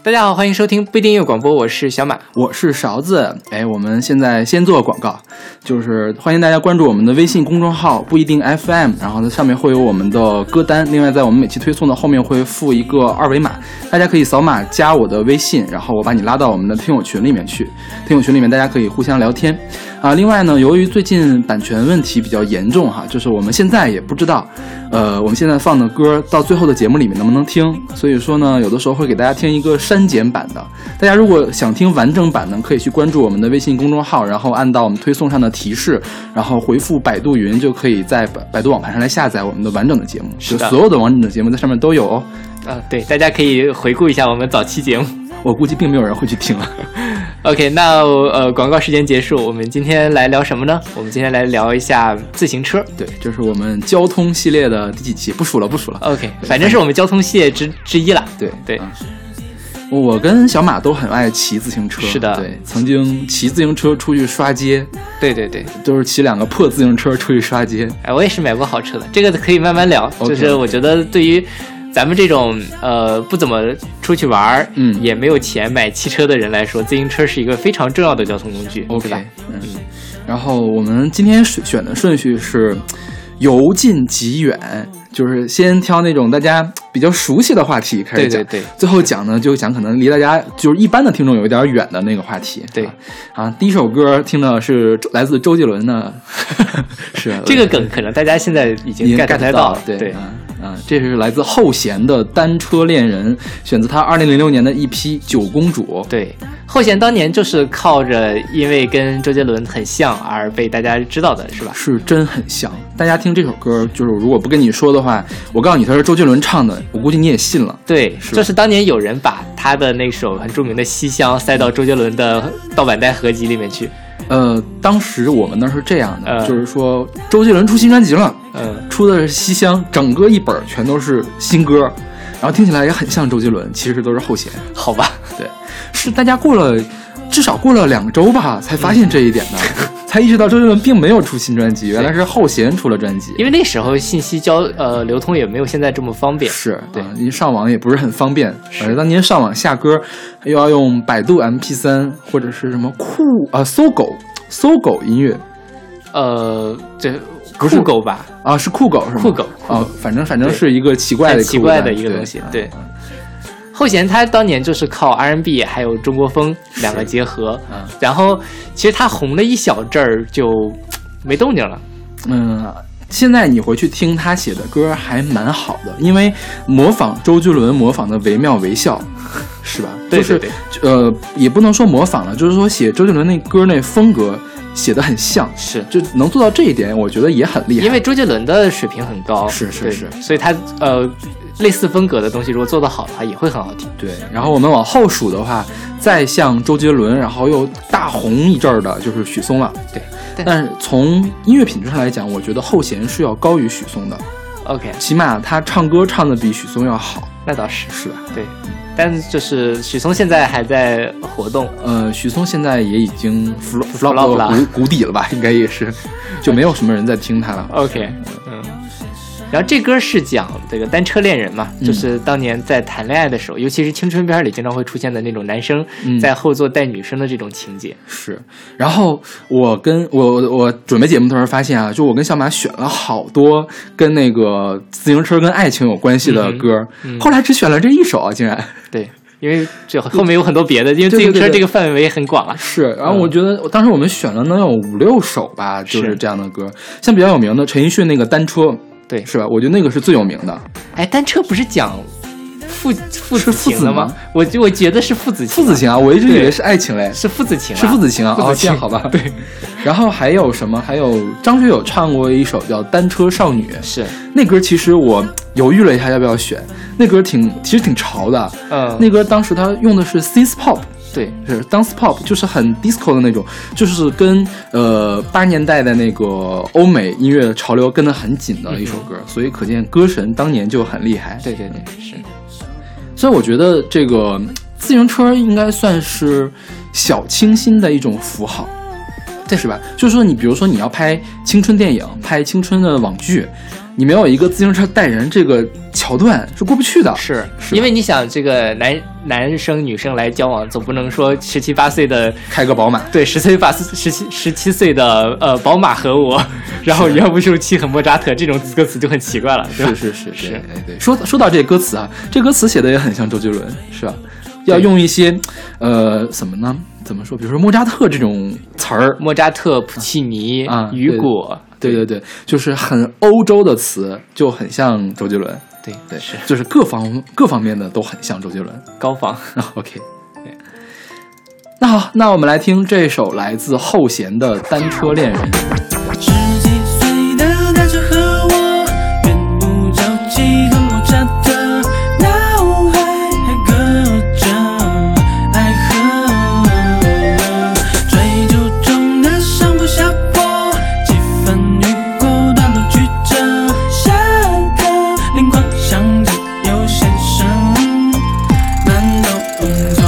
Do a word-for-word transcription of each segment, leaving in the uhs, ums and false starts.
大家好，欢迎收听不一定音乐广播，我是小马， 我是勺子。哎，我们现在先做广告，就是欢迎大家关注我们的微信公众号不一定 F M， 然后呢上面会有我们的歌单，另外在我们每期推送的后面会附一个二维码，大家可以扫码加我的微信，然后我把你拉到我们的听友群里面去，听友群里面大家可以互相聊天啊。另外呢，由于最近版权问题比较严重哈，就是我们现在也不知道呃我们现在放的歌到最后的节目里面能不能听，所以说呢有的时候会给大家听一个删减版的，大家如果想听完整版呢，可以去关注我们的微信公众号，然后按到我们推送上的提示，然后回复百度云，就可以在百度网盘上来下载我们的完整的节目， 是的， 所有的完整的节目在上面都有哦。 啊，对，大家可以回顾一下我们早期节目， 我估计并没有人会去听了。 OK， 那呃，广告时间结束，我们今天来聊什么呢？我们今天来聊一下自行车。 对，这是我们交通系列的第几期？不数了，不数了。 OK， 反正是我们交通系列之之一了。 对对。 嗯，我跟小马都很爱骑自行车， 是的， 对，曾经骑自行车出去刷街， 对对对， 都是骑两个破自行车出去刷街。 哎，我也是买过好车的，这个可以慢慢聊。Okay. 就是我觉得对于咱们这种呃不怎么出去玩，嗯，也没有钱买汽车的人来说，自行车是一个非常重要的交通工具。 OK， 嗯，然后我们今天选的顺序是由近及远，就是先挑那种大家比较熟悉的话题开始讲， 对对对， 最后讲呢就讲可能离大家就是一般的听众有一点远的那个话题。 对， 啊，啊第一首歌听的是来自周杰伦的，是这个梗可能大家现在已经 get 到了， 对对。 啊啊，这是来自后弦的《单车恋人》，选自他二零零六年的 E P《九公主》。 对，后弦当年就是靠着因为跟周杰伦很像而被大家知道的，是吧？ 是真很像。大家听这首歌，就是如果不跟你说的话，我告诉你他是周杰伦唱的，我估计你也信了。 对，就是当年有人把他的那首很著名的《西厢》塞到周杰伦的盗版带合集里面去。 呃，当时我们那是这样的， 呃、 就是说周杰伦出新专辑了， 嗯、呃， 出的是《西厢》，整个一本全都是新歌，然后听起来也很像周杰伦，其实都是后弦。 好吧， 对，是大家过了至少过了两周吧，才发现这一点的，嗯、才意识到周杰伦并没有出新专辑，原来是后弦出了专辑。 因为那时候信息交呃流通也没有现在这么方便， 是对， 因为上网也不是很方便，而且当年上网下歌又要用百度 M P 三 或者是什么酷啊、呃、搜狗。搜狗音乐， 呃，这酷狗吧？ 啊，是酷狗是吗？ 酷狗啊，反正反正是一个奇怪的奇怪的一个东西。对，对后弦他当年就是靠 R and B 还有中国风两个结合， 嗯， 然后其实他红了一小阵儿就没动静了。 嗯，现在你回去听他写的歌还蛮好的，因为模仿周杰伦模仿的惟妙惟肖。是吧？ 对对对， 就是呃，也不能说模仿了，就是说写周杰伦那歌那风格写得很像， 是就能做到这一点，我觉得也很厉害。 因为周杰伦的水平很高， 是是是， 所以他呃类似风格的东西如果做得好的话，也会很好听。 对，然后我们往后数的话，再像周杰伦，然后又大红一阵的，就是许嵩了。 对， 但是从音乐品质上来讲，我觉得后弦是要高于许嵩的。 OK， 起码他唱歌唱的比许嵩要好。 那倒是， 是吧？ 对。但就是许嵩现在还在活动， 呃，许嵩现在也已经 flop flop 了谷谷底了吧，应该也是，就没有什么人在听他了。 OK， 嗯，然后这歌是讲这个单车恋人嘛， 嗯、 就是当年在谈恋爱的时候，尤其是青春片里经常会出现的那种男生在后座带女生的这种情节。 嗯、是，然后我跟我我准备节目的时候发现啊，就我跟小马选了好多跟那个自行车跟爱情有关系的歌， 嗯嗯、 后来只选了这一首啊，竟然。 对，因为这后面有很多别的，因为自行车这个范围也很广啊。 是，然后我觉得、嗯、当时我们选了能有五六首吧，就是这样的歌，像比较有名的陈奕迅那个《单车》， 对， 是吧？我觉得那个是最有名的。 哎，单车不是讲父父子情的吗？我我觉得是父子情、啊， 父子情啊，我一直以为是爱情嘞， 是父子情、啊， 是父子情啊。 哦， 这样好吧？ 对。 然后还有什么？还有张学友唱过一首叫《单车少女》， 是那歌，其实我犹豫了一下要不要选。那歌挺其实挺潮的， 嗯， 那歌当时他用的是 synth pop。 对， 是 dance pop， 就是很 disco 的那种，就是跟呃八十年代的那个欧美音乐潮流跟得很紧的一首歌，嗯、所以可见歌神当年就很厉害。 对对对，是。 所以我觉得这个自行车应该算是小清新的一种符号，对，是吧？就是说你比如说你要拍青春电影，拍青春的网剧， 你没有一个自行车带人这个桥段是过不去的。 是， 是因为你想，这个男男生女生来交往，总不能说十七八岁的开个宝马， 对，十岁八十七十七岁的呃宝马和我，然后原不受妻和莫扎特，这种歌词就很奇怪了，对吧？ 是是是是， 对对。说说到这歌词啊，这歌词写的也很像周杰伦，是吧？要用一些呃什么呢？怎么说？比如说莫扎特这种词儿， 莫扎特、普契尼、 啊、 雨果， 对对对，就是很欧洲的词，就很像周杰伦。 对对， 是， 就是各方各方面的都很像周杰伦。 高仿。 OK， 那好，那我们来听这首来自后弦的《单车恋人》。 十几岁的单车和我，远不着急和莫扎特，脑海还隔着爱河，追逐中的上坡下坡，几分雨过段落曲折，下课灵光相机有先生慢动作，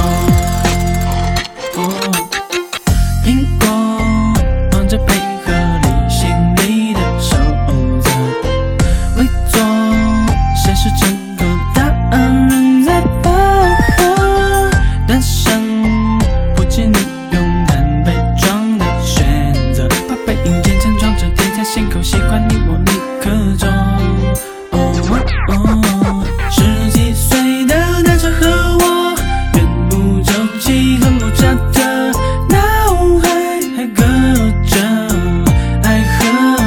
哦，苹果望着背和理性里的守则，伪作谁是真的答案仍在把握，单身不仅你勇敢被装的选择，把背影渐渐装着贴在心口，习惯你我立刻走。哦哦，十几岁的单车和我，远不着急和莫扎特，脑海还隔着爱河，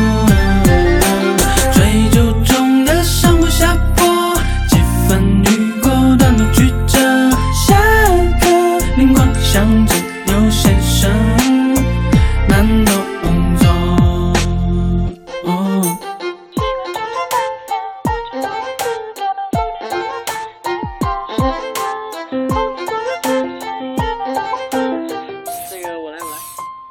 追逐中的上坡下坡，几分雨过段落曲折，下课灵光相机有先生慢动作，哦。 这个我来我来。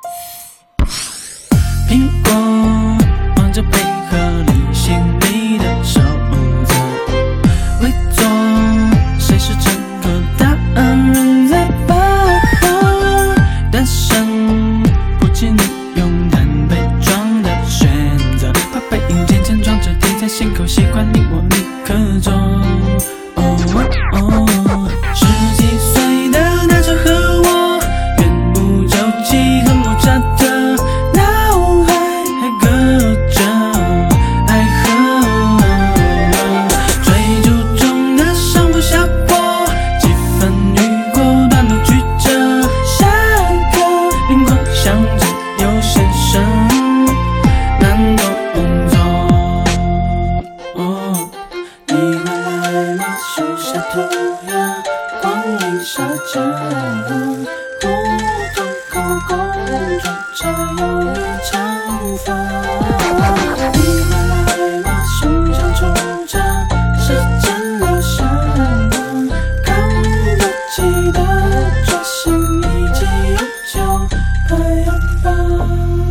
苹果望着背和理性里的守则，伪作谁是真的答案仍在把握，单身不仅你勇敢被装的选择，把背影渐渐装着贴在心口，习惯你我立刻走。哦哦，十几岁的单车和我，远不着急和莫扎特，脑海还隔着爱河，追逐中的上坡下坡，几分雨过段落曲折，下课灵光相机有先生慢动作，哦，你会来吗？树下涂鸦，光影下着普通空公主才有的长发，你会来吗？胸腔出闸，时间留下的看不起的决心以及有酒排吧。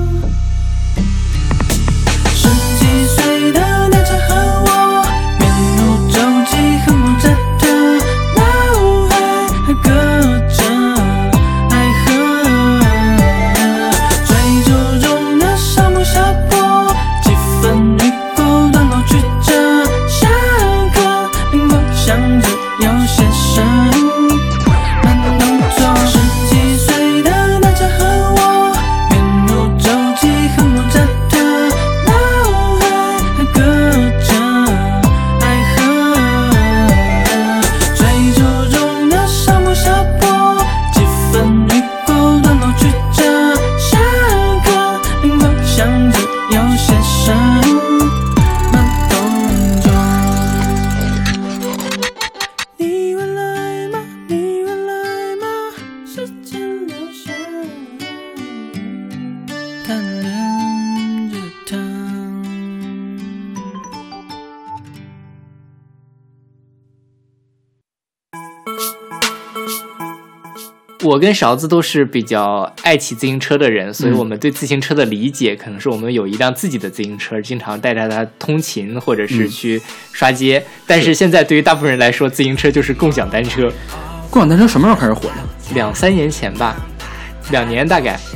十几岁的单车和我，面如周记和莫扎特，脑海还隔着爱河，追逐中的上坡下坡，几分雨过段落曲折，下课灵光相机有先生慢动作。十几岁的单车和我，面如周记和莫扎特，脑海还隔着爱河，追逐中的上坡下坡，几分雨过段落曲折，下课灵光相机有先生慢动作。你会来吗？你会来吗？时间留下贪恋着他。 我跟勺子都是比较爱骑自行车的人，所以我们对自行车的理解可能是我们有一辆自己的自行车，经常带着它通勤或者是去刷街、嗯、但是现在对于大部分人来说，自行车就是共享单车。 共享单车什么时候开始火的？ 两三年前吧，两年大概。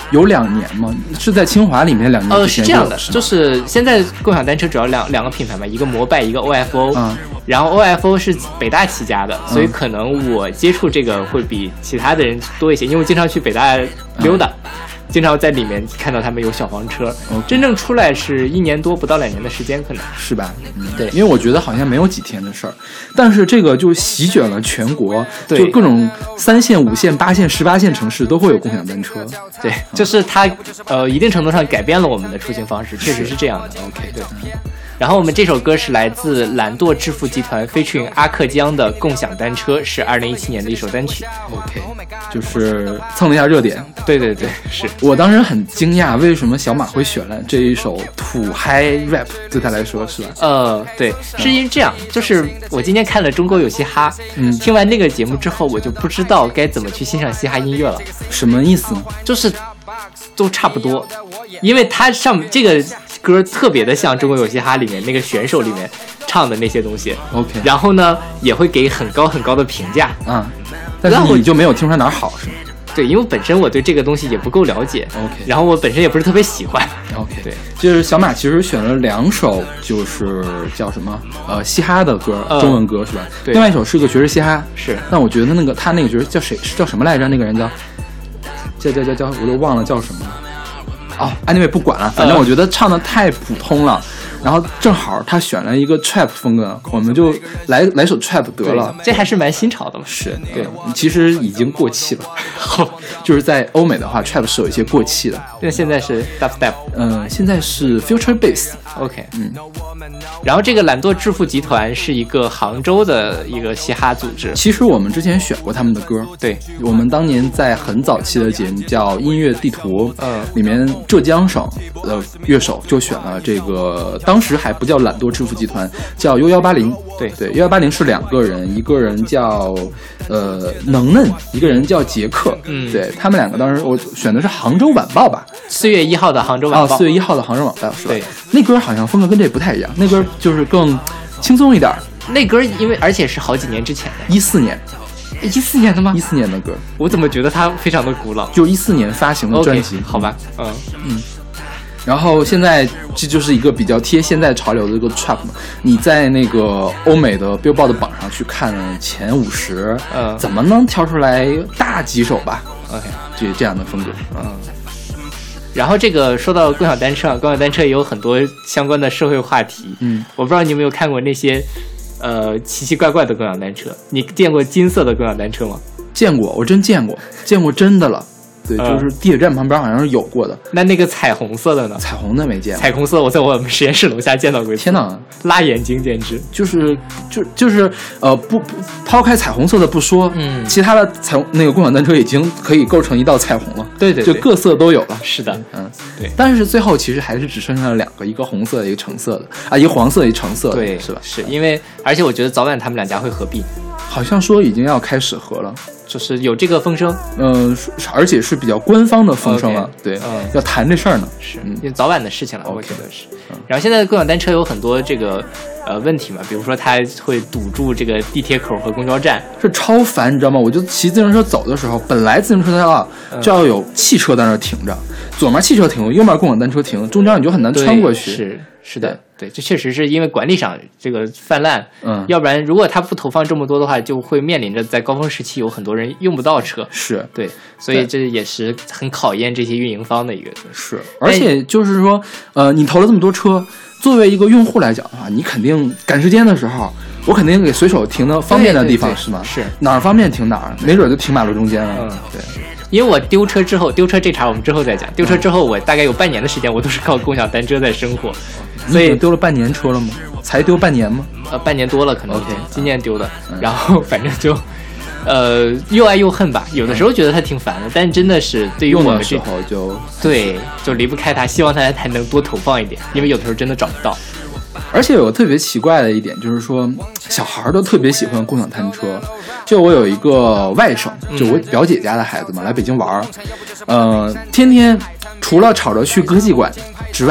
有两年吗？是在清华里面两年？ 呃，是这样的，就是现在共享单车主要两两个品牌嘛，一个摩拜，一个 O F O。 嗯， 然后 O F O 是北大起家的，所以可能我接触这个会比其他的人多一些，因为我经常去北大溜达。嗯，经常在里面看到他们有小黄车， 哦、 真正出来是一年多不到两年的时间，可能是吧？ 嗯，对， 因为我觉得好像没有几天的事儿，但是这个就席卷了全国， 对， 就各种三线、五线、八线、十八线城市都会有共享单车。 对，就是它呃一定程度上改变了我们的出行方式，确实是这样的。OK， 对。然后我们这首歌是来自懒惰致富集团featuring阿克江的《共享单车》，是二零一七年的一首单曲。 OK， 就是蹭了一下热点。 对对对，是我当时很惊讶，为什么小马会选了这一首土嗨 rap， 对他来说是吧？ 呃，对，是因为这样，就是我今天看了中国有嘻哈， 嗯， 听完那个节目之后，我就不知道该怎么去欣赏嘻哈音乐了。 什么意思呢？ 就是都差不多，因为它上这个歌特别的像中国有嘻哈里面那个选手里面唱的那些东西。 OK， 然后呢也会给很高很高的评价啊、嗯，但是你就没有听出来哪儿好是吗？ 对，因为本身我对这个东西也不够了解。 OK， 然后我本身也不是特别喜欢。 OK， 对， 就是小马其实选了两首，就是叫什么呃嘻哈的歌、呃、中文歌是吧？ 对， 另外一首是个爵士嘻哈。 是， 但我觉得那个他那个爵士叫谁是叫什么来着？那个人叫叫叫叫叫我都忘了叫什么了。哦 anyway 不管了，反正我觉得唱的太普通了、嗯、然后正好他选了一个 trap 风格，我们就来来首 trap 得了。 这还是蛮新潮的嘛。 是，对，其实已经过气了。就是在欧美的话 trap 是有一些过气的。 那现在是 dubstep， 嗯，现在是 future bass。 OK， 嗯， 然后这个懒惰致富集团是一个杭州的一个嘻哈组织。 其实我们之前选过他们的歌， 对， 我们当年在很早期的节目叫音乐地图， 嗯， 里面浙江省的乐手就选了这个，当时还不叫懒惰致富集团，叫 U 一八零。 对对 ，U 一八零是两个人，一个人叫呃能嫩，一个人叫杰克。 嗯， 对他们两个当时我选的是杭州晚报吧， 四月一号的杭州晚报。 哦，四月一号的杭州晚报是吧？ 对， 那歌好像风格跟这不太一样，那歌就是更轻松一点。 那歌因为而且是好几年之前的， 一四年。 一四年的吗？ 一四年的歌， 我怎么觉得它非常的古老？ 就一四年发行的专辑。 Okay, 好吧，嗯嗯。然后现在这就是一个比较贴现在潮流的一个 trap 嘛。你在那个欧美的 Billboard 榜上去看前五十， 嗯， 怎么能挑出来大几首吧 ？OK， 就这样的风格， 嗯。然后这个说到共享单车，共享单车也有很多相关的社会话题。 嗯， 我不知道你有没有看过那些呃奇奇怪怪的共享单车？你见过金色的共享单车吗？ 见过，我真见过，见过真的了。对，就是地铁站旁边好像是有过的。 嗯、那那个彩虹色的呢？ 彩虹的没见过。 彩虹色我在我们实验室楼下见到过一次。 天哪， 辣眼睛简直！ 就是就就是呃不不抛开彩虹色的不说， 嗯， 其他的彩虹那个共享单车已经可以构成一道彩虹了。 对 对, 对，就各色都有了。 是的， 嗯， 对。 但是最后其实还是只剩下了两个，一个红色的，一个橙色的啊，一个黄色，一个橙色的， 对， 是吧？ 是因为而且我觉得早晚他们两家会合并， 好像说已经要开始合了。 就是有这个风声， 嗯、呃，而且是比较官方的风声了， okay, 对， 嗯， 要谈这事儿呢， 是，因为早晚的事情了， okay, 我觉得是。嗯、然后现在的共享单车有很多这个呃问题嘛，比如说它会堵住这个地铁口和公交站， 是超烦，你知道吗？我就骑自行车走的时候，本来自行车道就要有汽车在那儿停着，嗯、左面汽车停，右面共享单车停，中间你就很难穿过去。 是是的。对，这确实是因为管理上这个泛滥， 嗯， 要不然如果他不投放这么多的话，就会面临着在高峰时期有很多人用不到车。 是对，所以这也是很考验这些运营方的一个。 是，而且就是说，呃，你投了这么多车，作为一个用户来讲的话，你肯定赶时间的时候，我肯定给随手停的方便的地方， 对对对是吗？ 是哪儿方便停哪儿，没准就停马路中间了。 嗯， 对。 因为我丢车之后，丢车这茬我们之后再讲。丢车之后，我大概有半年的时间，我都是靠共享单车在生活。所以丢了半年车了吗？才丢半年吗？ 呃，半年多了，可能 OK， 今年丢的。嗯、然后反正就，呃，又爱又恨吧。有的时候觉得它挺烦的，但是真的是对于我们这时候就对就离不开它，希望它还能多投放一点，因为有的时候真的找不到。 而且有个特别奇怪的一点，就是说小孩都特别喜欢共享单车。就我有一个外甥，就我表姐家的孩子嘛，嗯、来北京玩，呃，天天除了吵着去歌妓馆之外，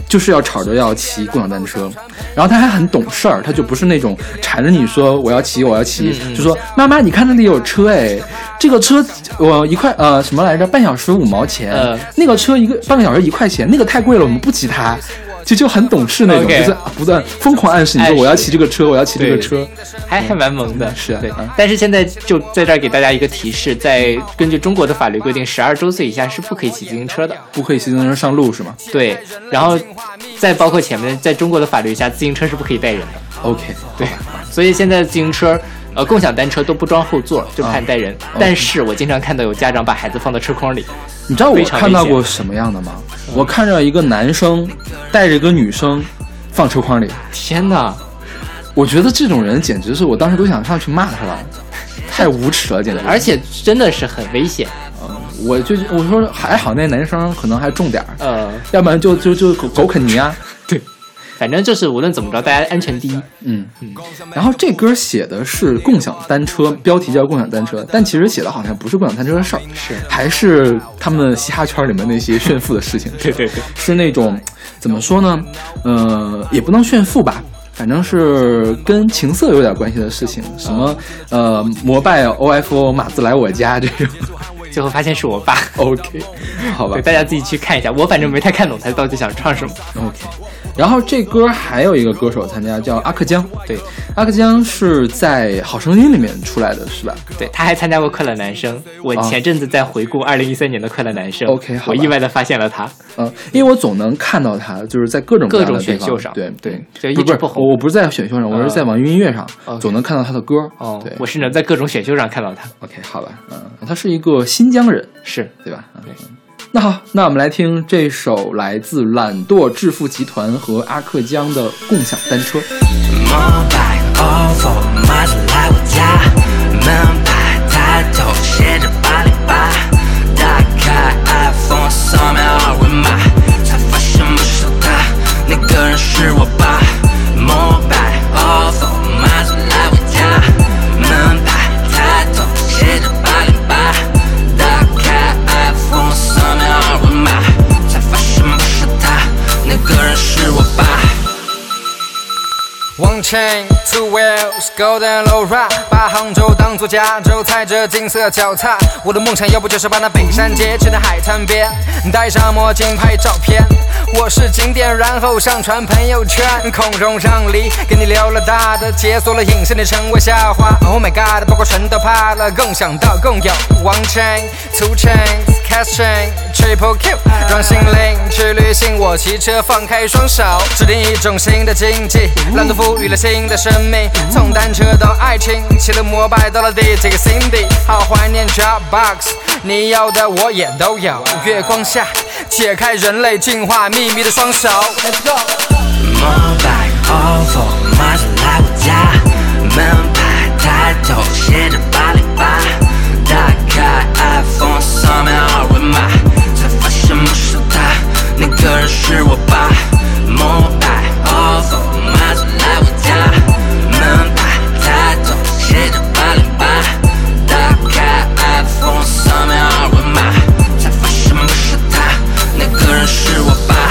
就是要吵着要骑共享单车，然后他还很懂事儿，他就不是那种缠着你说我要骑我要骑，嗯嗯就说妈妈你看那里有车哎，这个车我一块呃什么来着，半小时五毛钱，呃、那个车一个半个小时一块钱，那个太贵了，我们不骑它。就就很懂事那种， okay, 就是不断疯狂暗示你说我要骑这个车，我要骑这个车， 还还蛮萌的， 是啊。 对，但是现在就在这儿给大家一个提示，在根据中国的法律规定，十二周岁以下是不可以骑自行车的， 不可以骑自行车上路是吗？ 对，然后再包括前面，在中国的法律下，自行车是不可以带人的。 OK， 对，所以现在自行车。呃，共享单车都不装后座，就怕带人。啊、但是我经常看到有家长把孩子放到车筐里。 你知道我看到过什么样的吗？嗯、我看着一个男生带着一个女生放车筐里。 天哪！ 我觉得这种人简直是我当时都想上去骂他了，太无耻了，简直！ 而且真的是很危险。 嗯，我就我说还好，那男生可能还重点儿， 呃， 要不然就就就狗狗啃泥啊。 对。反正就是无论怎么着，大家安全第一。 嗯嗯。然后这歌写的是共享单车，标题叫共享单车，但其实写的好像不是共享单车的事儿， 是还是他们嘻哈圈里面那些炫富的事情。 对对对， 是那种怎么说呢？呃，也不能炫富吧，反正是跟情色有点关系的事情，什么呃摩拜 O F O 马自来我家这种。 最后发现是我爸。 OK， 好吧， 大家自己去看一下。我反正没太看懂他到底想唱什么。 OK， 然后这歌还有一个歌手参加，叫阿克江。 对， 阿克江是在《好声音》里面出来的，是吧？ 对，他还参加过《快乐男声》。我前阵子在回顾二零一三年的《快乐男声》。 OK， 好， 我意外的发现了他。 嗯，因为我总能看到他，就是在各种各各种选秀上。 对对， 就一直不红。 我不是在选秀上，我是在网易云音乐上， 嗯、 总能看到他的歌。 哦， 对， 我是能在各种选秀上看到他。 OK， 好吧，嗯，他是一个新疆人， 是对吧？ 对。 那好，那我们来听这首来自懒惰致富集团和阿克江的《共享单车》。 摩拜 O F O 马上来我家，门牌抬头写着八零八，打开 iPhone 扫描二维码，才发现不是他，那个人是我爸。摩拜 O F O 马上来我家，门牌抬头写着八零八，打开 iPhone 扫描二维码，才发现不是他，那个人是我爸。One chain, two wheels, golden Laura， 把杭州当作加州，踩着金色脚踏。我的梦想要不就是把那北山街去到海滩边，戴上墨镜拍照片。我是景点，然后上传朋友圈，空中让梨给你留了大的，解锁了隐身的成为下滑。Oh my god， 包括全都怕了，更想到更有 One chain, two chains, cash chain, triple Q， 让心灵去旅行。我骑车放开双手，制定一种新的经济，懒惰赋予了新的生命，从单车到爱情，骑了摩拜到了第几个 Cindy， 好怀念 Dropbox， 你要的我也都有。月光下解开人类进化秘密的双手 ，Let's go。摩拜 O F O 马上来我家，门牌抬头写着八零八，打开 iPhone 扫描二维码，才发现不是他，那个人是我爸。摩拜 O F O 马上来我家，门牌抬头写着八零八，打开 iPhone 扫描二维码，才发现不是他，那个人是我爸。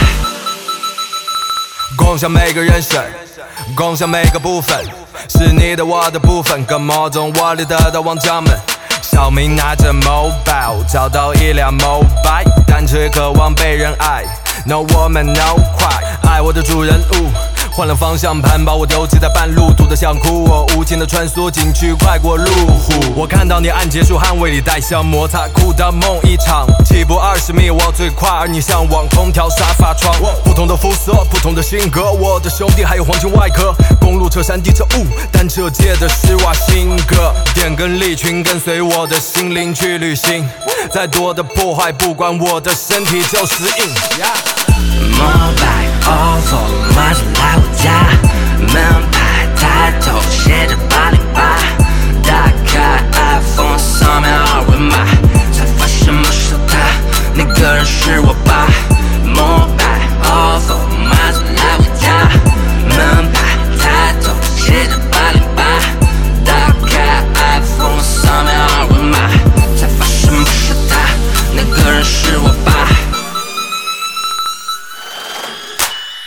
共享每个人生，共享每个部分，是你的我的部分，跟某种我里得到王家们。小明拿着 mobile 找到一辆 mobile 单车，渴望被人爱。No woman no cry， 爱我的主人物。换了方向盘，把我丢弃在半路，堵得想哭。我无情的穿梭禁区，快过路虎。我看到你按结束捍卫里带像摩擦哭的梦一场。起步二十米我最快，而你向往空调沙发窗。不同的肤色，不同的性格，我的兄弟还有黄金外壳。公路车山地车雾，单车界的施瓦辛格。点根利群跟随我的心灵去旅行，再多的破坏不管我的身体就适应。摩拜 O F O 马上来我家，门牌抬头写着八零八，打开 iPhone 扫描二维码，才发现不是他，那个人是我爸。摩拜 O F O 马上来我家，门牌抬头写着八零八，打开 iPhone 扫描二维码，才发现不是他，那个人是我爸。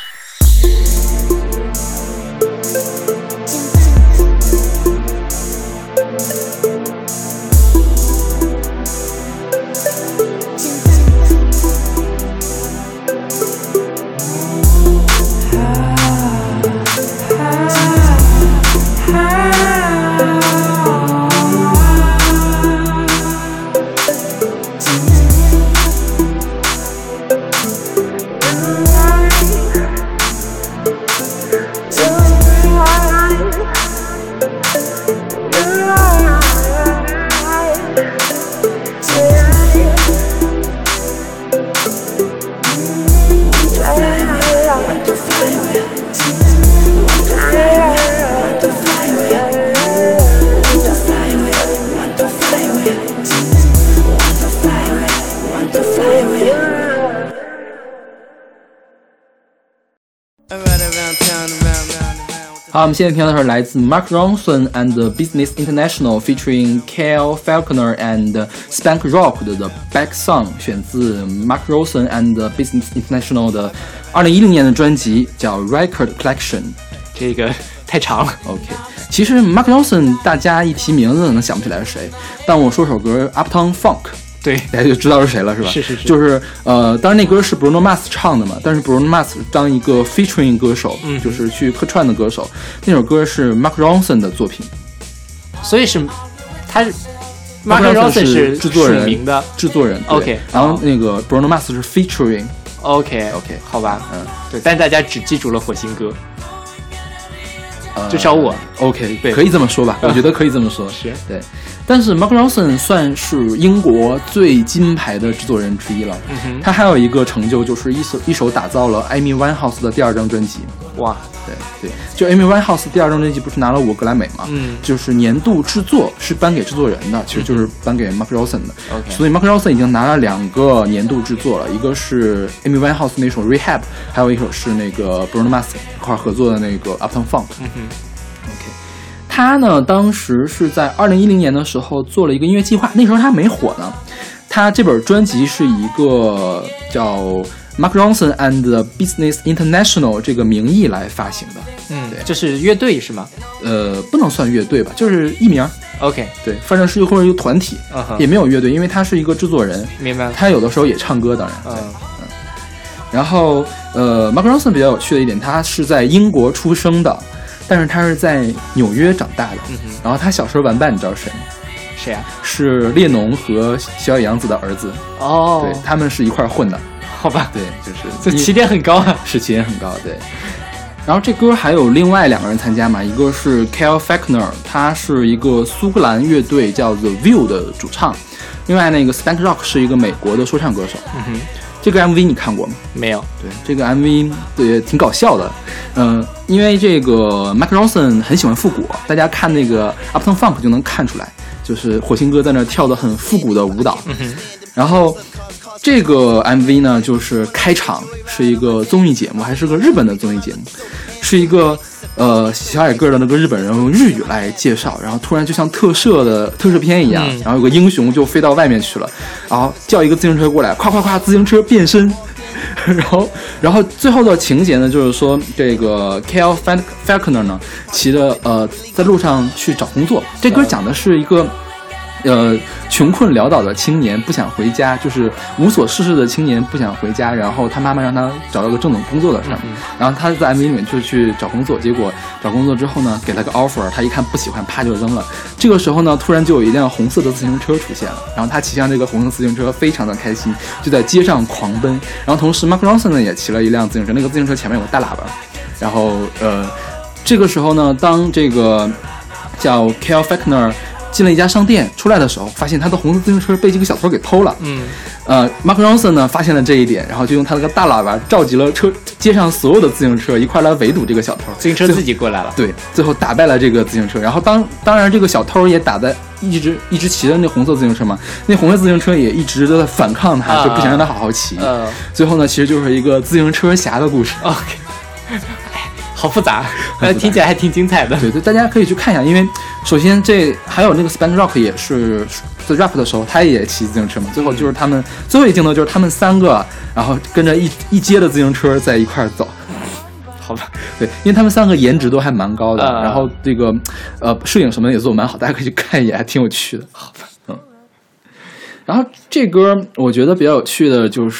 好，我们现在听到的是来自 Mark Ronson and Business International featuring Kyle Falconer and Spank Rock 的 The Back Song， 选自 Mark Ronson and Business International 的二零一零年的专辑叫 Record Collection。 这个太长了。 OK， 其实 Mark Ronson 大家一提名字可能想不起来是谁，但我说首歌 Uptown Funk。对，大家就知道是谁了，是吧？ 是是是， 就是呃，当然那歌是 Bruno Mars 唱的嘛，但是 Bruno Mars 当一个 featuring 歌手，嗯，就是去客串的歌手，那首歌是 Mark Ronson 的作品， 所以是他是 Mark Ronson 是制作人， 署名的制作人 ，OK， 然后那个 Bruno Mars 是 featuring，OK OK， 好吧，嗯，对，但大家只记住了火星哥。至少我 OK， 对，可以这么说吧，我觉得可以这么说， 是对。但是 Mark Ronson 算是英国最金牌的制作人之一了，嗯、他还有一个成就就是一手一手打造了 Amy Winehouse 的第二张专辑。 哇， 对对，就 Amy Winehouse 第二张专辑不是拿了五个格莱美吗？嗯，就是年度制作是颁给制作人的，其实就是颁给 Mark Ronson 的。 OK， 所以 Mark Ronson 已经拿了两个年度制作了，一个是 Amy Winehouse 那首 Rehab， 还有一首是那个 Bruno Mars 一块合作的那个 Uptown Funk。嗯哼 ，OK。他呢，当时是在二零一零年的时候做了一个音乐计划，那时候他没火呢。他这本专辑是以一个叫 Mark Ronson and Business International 这个名义来发行的。 嗯，对，这是乐队是吗？ 呃，不能算乐队吧，就是艺名。 OK， 对，反正是或者一个团体， uh-huh. 也没有乐队，因为他是一个制作人。 明白了。 他有的时候也唱歌，当然。 嗯。 嗯然后，呃 ，Mark Ronson 比较有趣的一点，他是在英国出生的。但是他是在纽约长大的，嗯、然后他小时候玩伴你知道谁吗？ 谁啊？ 是列侬和小野洋子的儿子。 哦， 对，他们是一块混的。 好吧， 对，就是这起点很高啊， 是起点很高，对。然后这歌还有另外两个人参加嘛，一个是 Kyle Falconer， 他是一个苏格兰乐队叫 The View 的主唱，另外那个 Spank Rock 是一个美国的说唱歌手。嗯哼。这个 M V 你看过吗？ 没有。 对，这个 M V 对挺搞笑的，嗯、呃，因为这个 Mark Ronson 很喜欢复古，大家看那个 Uptown Funk 就能看出来，就是火星哥在那跳的很复古的舞蹈。嗯哼。然后这个 M V 呢，就是开场是一个综艺节目，还是个日本的综艺节目，是一个呃小矮个的那个日本人用日语来介绍，然后突然就像特摄的特摄片一样，嗯、然后有个英雄就飞到外面去了，然后叫一个自行车过来，咵咵咵，自行车变身，然后然后最后的情节呢，就是说这个 Kyle Falconer 呢骑着呃在路上去找工作，这歌讲的是一个。呃，穷困潦倒的青年不想回家，就是无所事事的青年不想回家，然后他妈妈让他找到个正经工作的事儿，嗯、然后他在 M V 里面就去找工作，结果找工作之后呢，给了个 offer， 他一看不喜欢，啪就扔了。这个时候呢，突然就有一辆红色的自行车出现了，然后他骑上这个红色自行车，非常的开心，就在街上狂奔。然后同时 Mark Ronson 呢也骑了一辆自行车，那个自行车前面有个大喇叭，然后呃，这个时候呢，当这个叫 Kyle Falconer进了一家商店，出来的时候发现他的红色自行车被几个小偷给偷了。嗯，呃 ，Mark Ronson 呢发现了这一点，然后就用他那个大喇叭召集了车街上所有的自行车一块来围堵这个小偷。 自行车自己过来了。 对，最后打败了这个自行车。然后当当然这个小偷也打在一直一直骑的那红色自行车嘛，那红色自行车也一直都在反抗他，啊、就不想让他好好骑。嗯、啊，最后呢，其实就是一个自行车侠的故事。 OK。好复杂，但听起来还挺精彩的。 对对，大家可以去看一下，因为首先这还有那个 Spank Rock 也是在 rap 的时候，他也骑自行车嘛。最后就是他们最后一镜头就是他们三个，然后跟着一一街的自行车在一块走。 好吧， 对，因为他们三个颜值都还蛮高的，呃、然后这个呃摄影什么的也做得蛮好，大家可以去看一眼，还挺有趣的。好吧，嗯。然后这歌我觉得比较有趣的就是，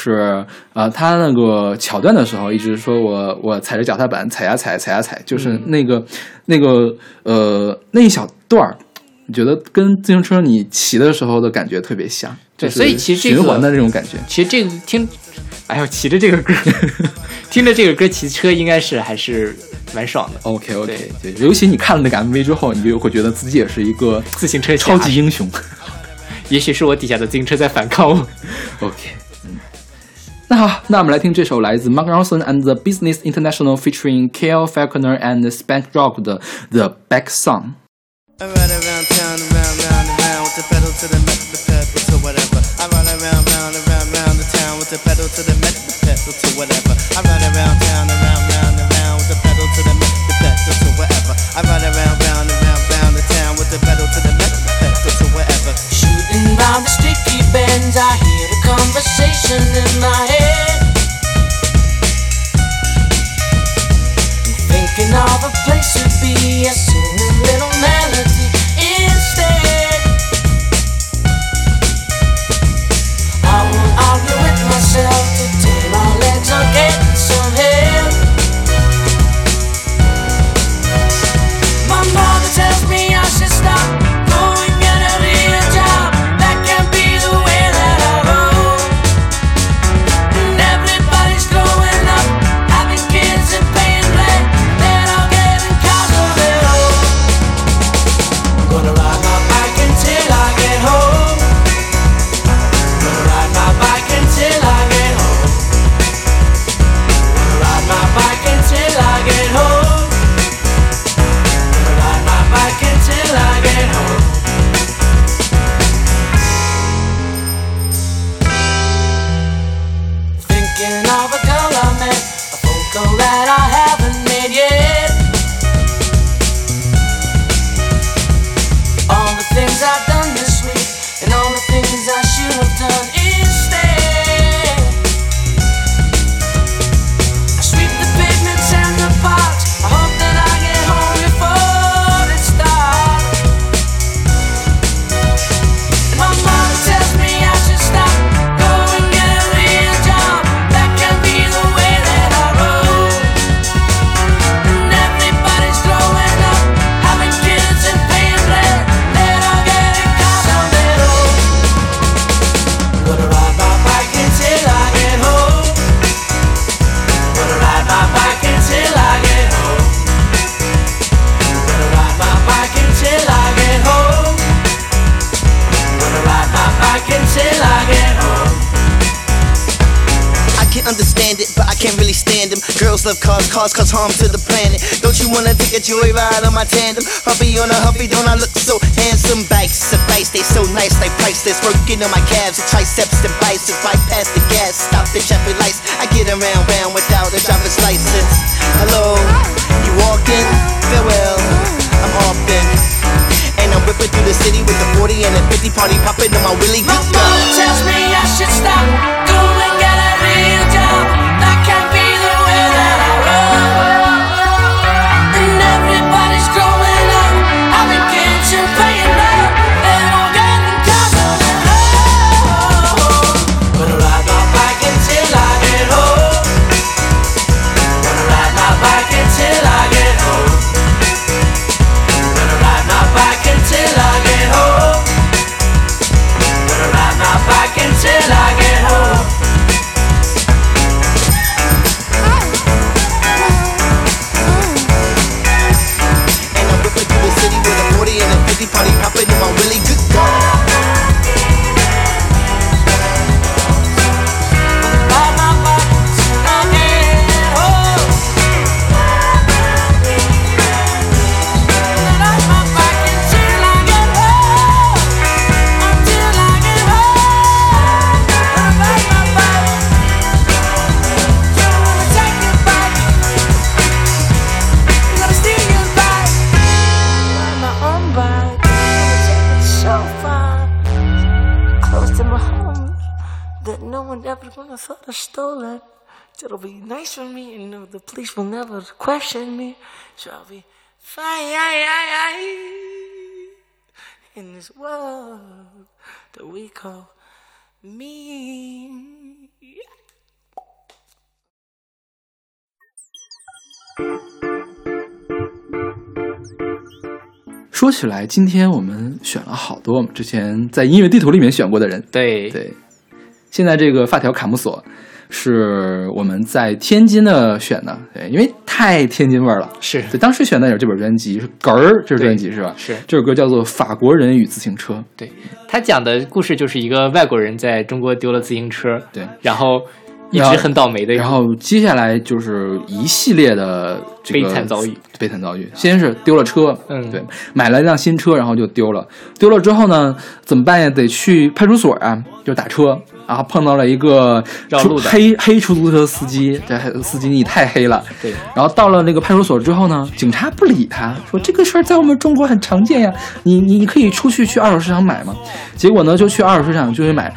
呃，他那个桥段的时候一直说我我踩着脚踏板踩呀踩踩呀踩，就是那个、嗯、那个呃那一小段儿，你觉得跟自行车你骑的时候的感觉特别像， 对，所以其实这个循环的这种感觉。 其实这个听，哎呦，骑着这个歌，听着这个歌骑车应该是还是蛮爽的。 OK OK， 对，尤其你看了那个 M V 之后，你就会觉得自己也是一个自行车超级英雄。 也许是我底下的自行车在反抗我。 OK， 嗯，那好，那我们来听这首来自 Mark Ronson and the Business International featuring Kyle Falconer and Spank Rock 的 The Back Song。 I ride around town, around, round, around with the pedal to the metal, the pedal to whatever. I ride around, round, around, round the town with the pedal to the metal, the pedal to whatever. I ride around town, around, round, around with the pedal to the metal, the pedal to whatever. buzzing in my head. I'm thinking of a place to be, I sing a little melody instead. I won't argue with myself today, my legs are getting some help. My mother tells me I should stop, go and get a real job. That can't be the way that I roll. And everybody's growing up, having kids and paying rent. They're all getting cars of their own. I'm gonna ride my bike until I get home. I'm gonna ride my bike until I get home. I'm gonna ride my bike until I get home. Until I get home. Thinking of a girl I met, a phone call that I haven't made yet. All the things I've done this week, and all the things I should have done instead. I sweep the pavements and the parks, I hope that I get home before tells me I should stop, go and get a real job. That can't be the way that I roll. And everybody's growing up, having kids and paying rent. They're all getting cars on their own. I'm gonna ride my bike until I get home. I'm gonna ride my bike until I get home. I'm gonna ride my bike until I get home. Ride my bike until I get home. I can understand it, but I can't really stand them. Girls love cars, cars cause harm to the planet. Don't you wanna take a joyride on my tandem? Huffy on a Huffy, don't I look so handsome? Bikes, advice, they so nice, like priceless. Working on my calves, the triceps and biceps. Bypass the gas, stop the traffic lights. I get around, round without a driver's license. Hello, you walked in, farewell, I'm off then. And I'm whipping through the city with the forty and the fifty, party popping on my Willie. My mother tells me I should stop, go and get a real job. That can't be the way that I roll. And everybody's growing up, having kids and paying rent. They're all getting cars on their own. Gonna ride my bike until I get home. Gonna ride my bike until I get home. Gonna ride my bike until I get home. Gonna ride my bike until I get home. And I'm whipping through the city with a forty and a fifty, party popping on my Willie. Good God. Ride my bike until I get home. Ride my bike until I get home. Until I get home. Ride my bike. Don't wanna take you back. I'm gonna steal you back. Ride my own bike. Take it so far, close to my home, that no one ever gonna thought I stole it. It'll be nice for me, and know the police will never question me. So I'll be fine in this world that we call me. 说起来，今天我们选了好多我们之前在音乐地图里面选过的人。 对对，现在这个发条卡姆索是我们在天津的选的，对，因为太天津味儿了。 是对，当时选的也是这本专辑，是哏儿这首专辑是吧？ 是这首歌叫做《法国人与自行车》。 对，他讲的故事就是一个外国人在中国丢了自行车， 对， 然后一直很倒霉的， 然后接下来就是一系列的这个悲惨遭遇。 悲惨遭遇，先是丢了车， 嗯， 对，买了一辆新车，然后就丢了。丢了之后呢，怎么办呀？得去派出所啊，就打车，然后碰到了一个绕路的黑黑出租车司机，这司机你太黑了。 对， 然后到了那个派出所之后呢，警察不理他，说这个事儿在我们中国很常见呀，你你你可以出去去二手市场买嘛。结果呢，就去二手市场就去买。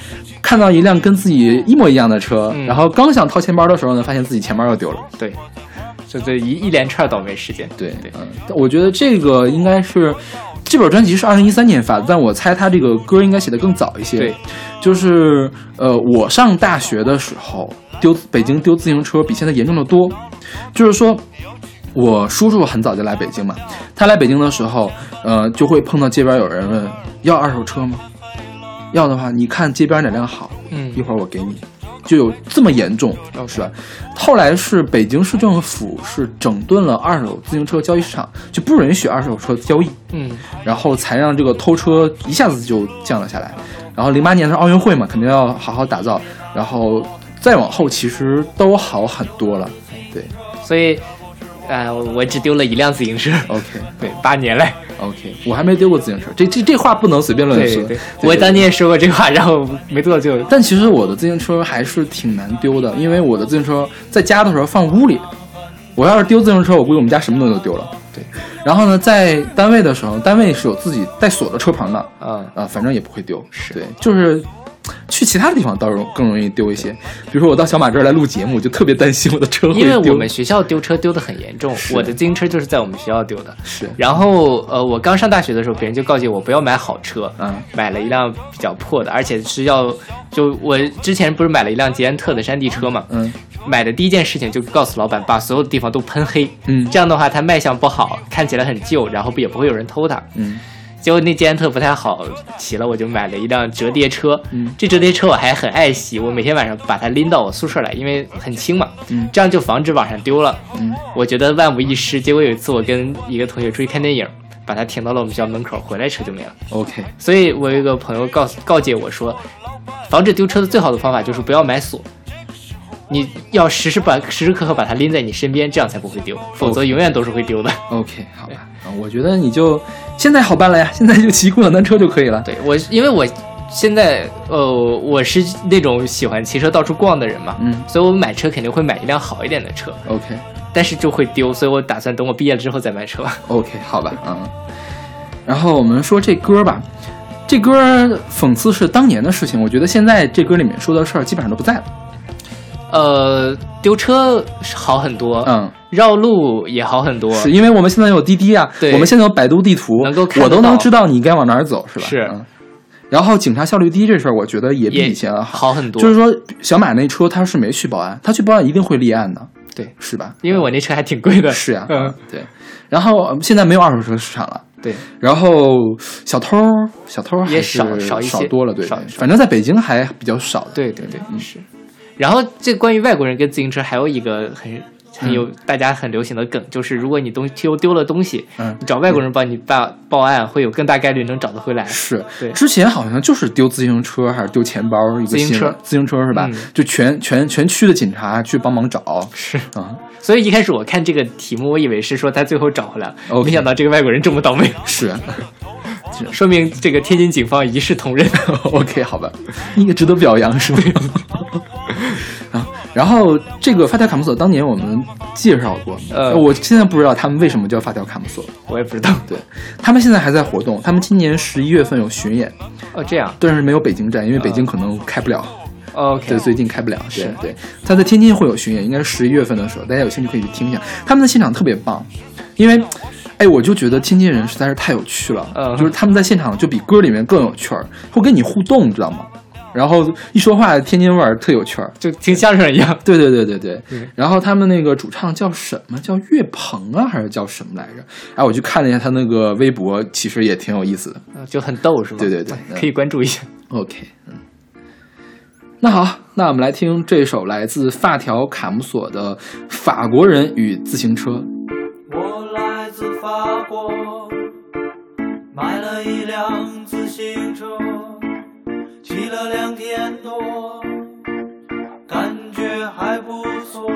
看到一辆跟自己一模一样的车，嗯、然后刚想掏钱包的时候呢，发现自己钱包又丢了。 对，就这一一连串倒霉事件。 对对，嗯，我觉得这个应该是这本专辑是二零一三年发的，但我猜他这个歌应该写得更早一些。 对， 就是呃，我上大学的时候丢北京丢自行车比现在严重的多，就是说。我叔叔很早就来北京嘛，他来北京的时候，呃，就会碰到街边有人问要二手车吗？要的话，你看街边哪辆好， 嗯， 一会儿我给你，就有这么严重，是吧？后来是北京市政府是整顿了二手自行车交易市场，就不允许二手车交易， 嗯， 然后才让这个偷车一下子就降了下来。然后零八年是奥运会嘛，肯定要好好打造，然后再往后其实都好很多了，对， 所以。呃，我只丢了一辆自行车。 OK， 对，八年来。 OK， 我还没丢过自行车，这这这话不能随便乱说。 对对对，我当年也说过这话，然后没多久。 但其实我的自行车还是挺难丢的，因为我的自行车在家的时候放屋里，我要是丢自行车，我估计我们家什么东西都丢了。对，然后呢，在单位的时候，单位是有自己带锁的车棚的，啊、呃、啊，反正也不会丢。 是对，就是。去其他地方倒是更容易丢一些，比如说我到小马这儿来录节目，就特别担心我的车会丢。 因为我们学校丢车丢得很严重，我的自行车就是在我们学校丢的。 是。 然后呃，我刚上大学的时候，别人就告诫我不要买好车， 嗯， 买了一辆比较破的，而且是要就我之前不是买了一辆捷安特的山地车嘛， 嗯， 买的第一件事情就告诉老板把所有的地方都喷黑， 嗯， 这样的话它卖相不好，看起来很旧，然后也不会有人偷它， 嗯。 结果那捷安特不太好骑了，我就买了一辆折叠车。 嗯， 这折叠车我还很爱惜，我每天晚上把它拎到我宿舍来，因为很轻嘛。 嗯， 这样就防止往上丢了。 嗯， 我觉得万无一失。结果有一次我跟一个同学出去看电影，把它停到了我们学校门口，回来车就没了。 OK， 所以我有一个朋友告告诫我说，防止丢车的最好的方法就是不要买锁。你要时时把时时刻刻把它拎在你身边，这样才不会丢，否则永远都是会丢的。 OK， 好吧，我觉得你就现在好办了呀，现在就骑共享单车就可以了。 对我，因为我现在呃，我是那种喜欢骑车到处逛的人嘛， 嗯， 所以我买车肯定会买一辆好一点的车。 OK， 但是就会丢，所以我打算等我毕业了之后再买车。 OK， 好吧，嗯。然后我们说这歌吧，这歌讽刺是当年的事情，我觉得现在这歌里面说的事儿基本上都不在了。 呃，丢车好很多， 嗯， 绕路也好很多， 是因为我们现在有滴滴啊， 对， 我们现在有百度地图， 能够看我都能知道你该往哪儿走，是吧？ 是。 嗯，然后警察效率低这事儿，我觉得也比以前好很多。 就是说，小马那车他是没去报案，他去报案一定会立案的， 对， 是吧？ 因为我那车还挺贵的。 是呀， 嗯， 对。然后现在没有二手车市场了。 对， 然后小偷，小偷还也少少一些， 少多了，对， 少反正在北京还比较少的。 对对对，嗯是。然后这关于外国人跟自行车还有一个很很有、嗯、大家很流行的梗，就是如果你东丢丢了东西， 嗯， 你找外国人帮你报报案，会有更大概率能找得回来。 是， 对。 之前好像就是丢自行车还是丢钱包一个自行车， 自行车是吧？ 嗯、 就全全全区的警察去帮忙找。 是啊， 所以一开始我看这个题目，我以为是说他最后找回来了， okay, 没想到这个外国人这么倒霉。 是。 说明这个天津警方一视同仁。 OK， 好吧，应该值得表扬，是吧？啊，然后这个发条卡姆索当年我们介绍过， 呃， 我现在不知道他们为什么叫发条卡姆索， 我也不知道。 对，他们现在还在活动，他们今年十一月份有巡演。 哦，这样， 但是没有北京站，因为北京可能开不了。 OK，、 对，最近开不了。对是对，他在天津会有巡演，应该是十一月份的时候，大家有兴趣可以去听一下。他们的现场特别棒，因为。哎，我就觉得天津人实在是太有趣了， 嗯， 就是他们在现场就比歌里面更有趣儿，会跟你互动，知道吗？然后一说话天津味儿特有趣儿， 就听相声一样。 对对对对对。 嗯、 然后他们那个主唱叫什么？叫岳鹏啊，还是叫什么来着？哎，我去看了一下他那个微博，其实也挺有意思的， 就很逗，是吗？ 对对对， 可以关注一下。 OK， 嗯。那好，那我们来听这首来自发条卡姆索的《法国人与自行车》。 我来自法国，买了一辆自行车，骑了两天多，感觉还不错。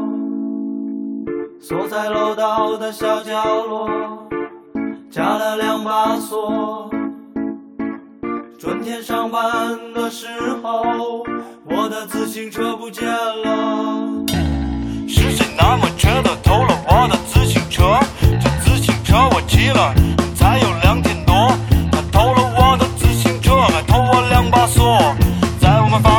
锁在楼道的小角落，加了两把锁。春天上班的时候，我的自行车不见了。 是谁那么缺德偷了我的自行车？这自行车我骑了才有两天多，他偷了我的自行车，还偷我两把锁，在我们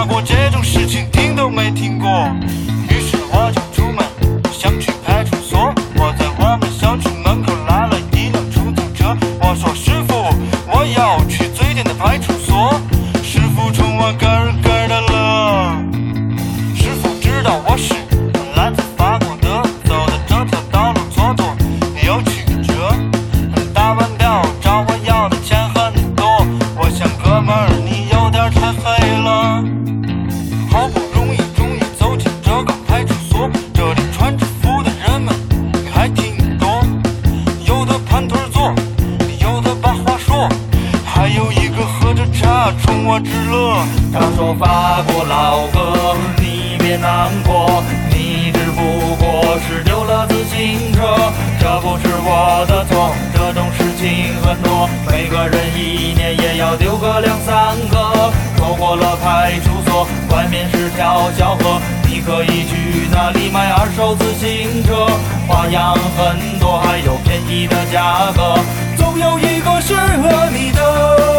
派出所，是否冲我咯儿咯儿的乐？是否知道我是来自法国的，走的这条道路蹉跎有曲折，大腕表找我要的钱很多，我想哥们儿你有点太黑了。好不容易终于走进这个派出所，这里穿制服的人们还挺多，有的盘腿坐，有的把话说，还有一个喝着茶冲我直乐。 他说法国老哥你别难过，你只不过是丢了自行车，这不是我的错，这种事情很多，每个人一年也要丢个两三个。错过了派出所，外面是条小河，你可以去那里买二手自行车，花样很多，还有便宜的价格，总有一个适合你的。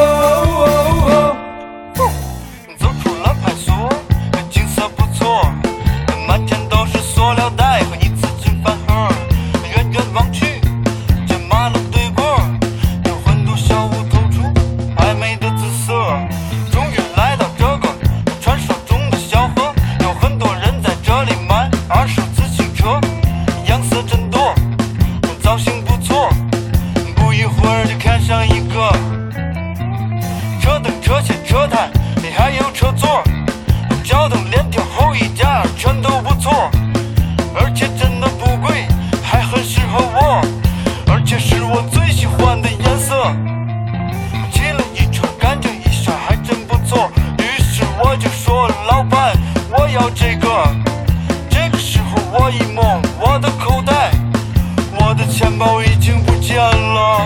走出了派出所，景色不错，满天都是塑料袋和一次性饭盒，远远望去这马路对过有很多小屋透出暧昧的紫色。终于来到这个传说中的小河，有很多人在这里买二手自行车，样色真多，造型不错，不一会儿就看上一个。车灯车线车胎还有车座，脚蹬链条后衣架全都不错，而且真的不贵，还很适合我，而且是我最喜欢的颜色。骑了一圈感觉一下还真不错，于是我就说老板我要这个。这个时候我一摸我的口袋，我的钱包已经不见了。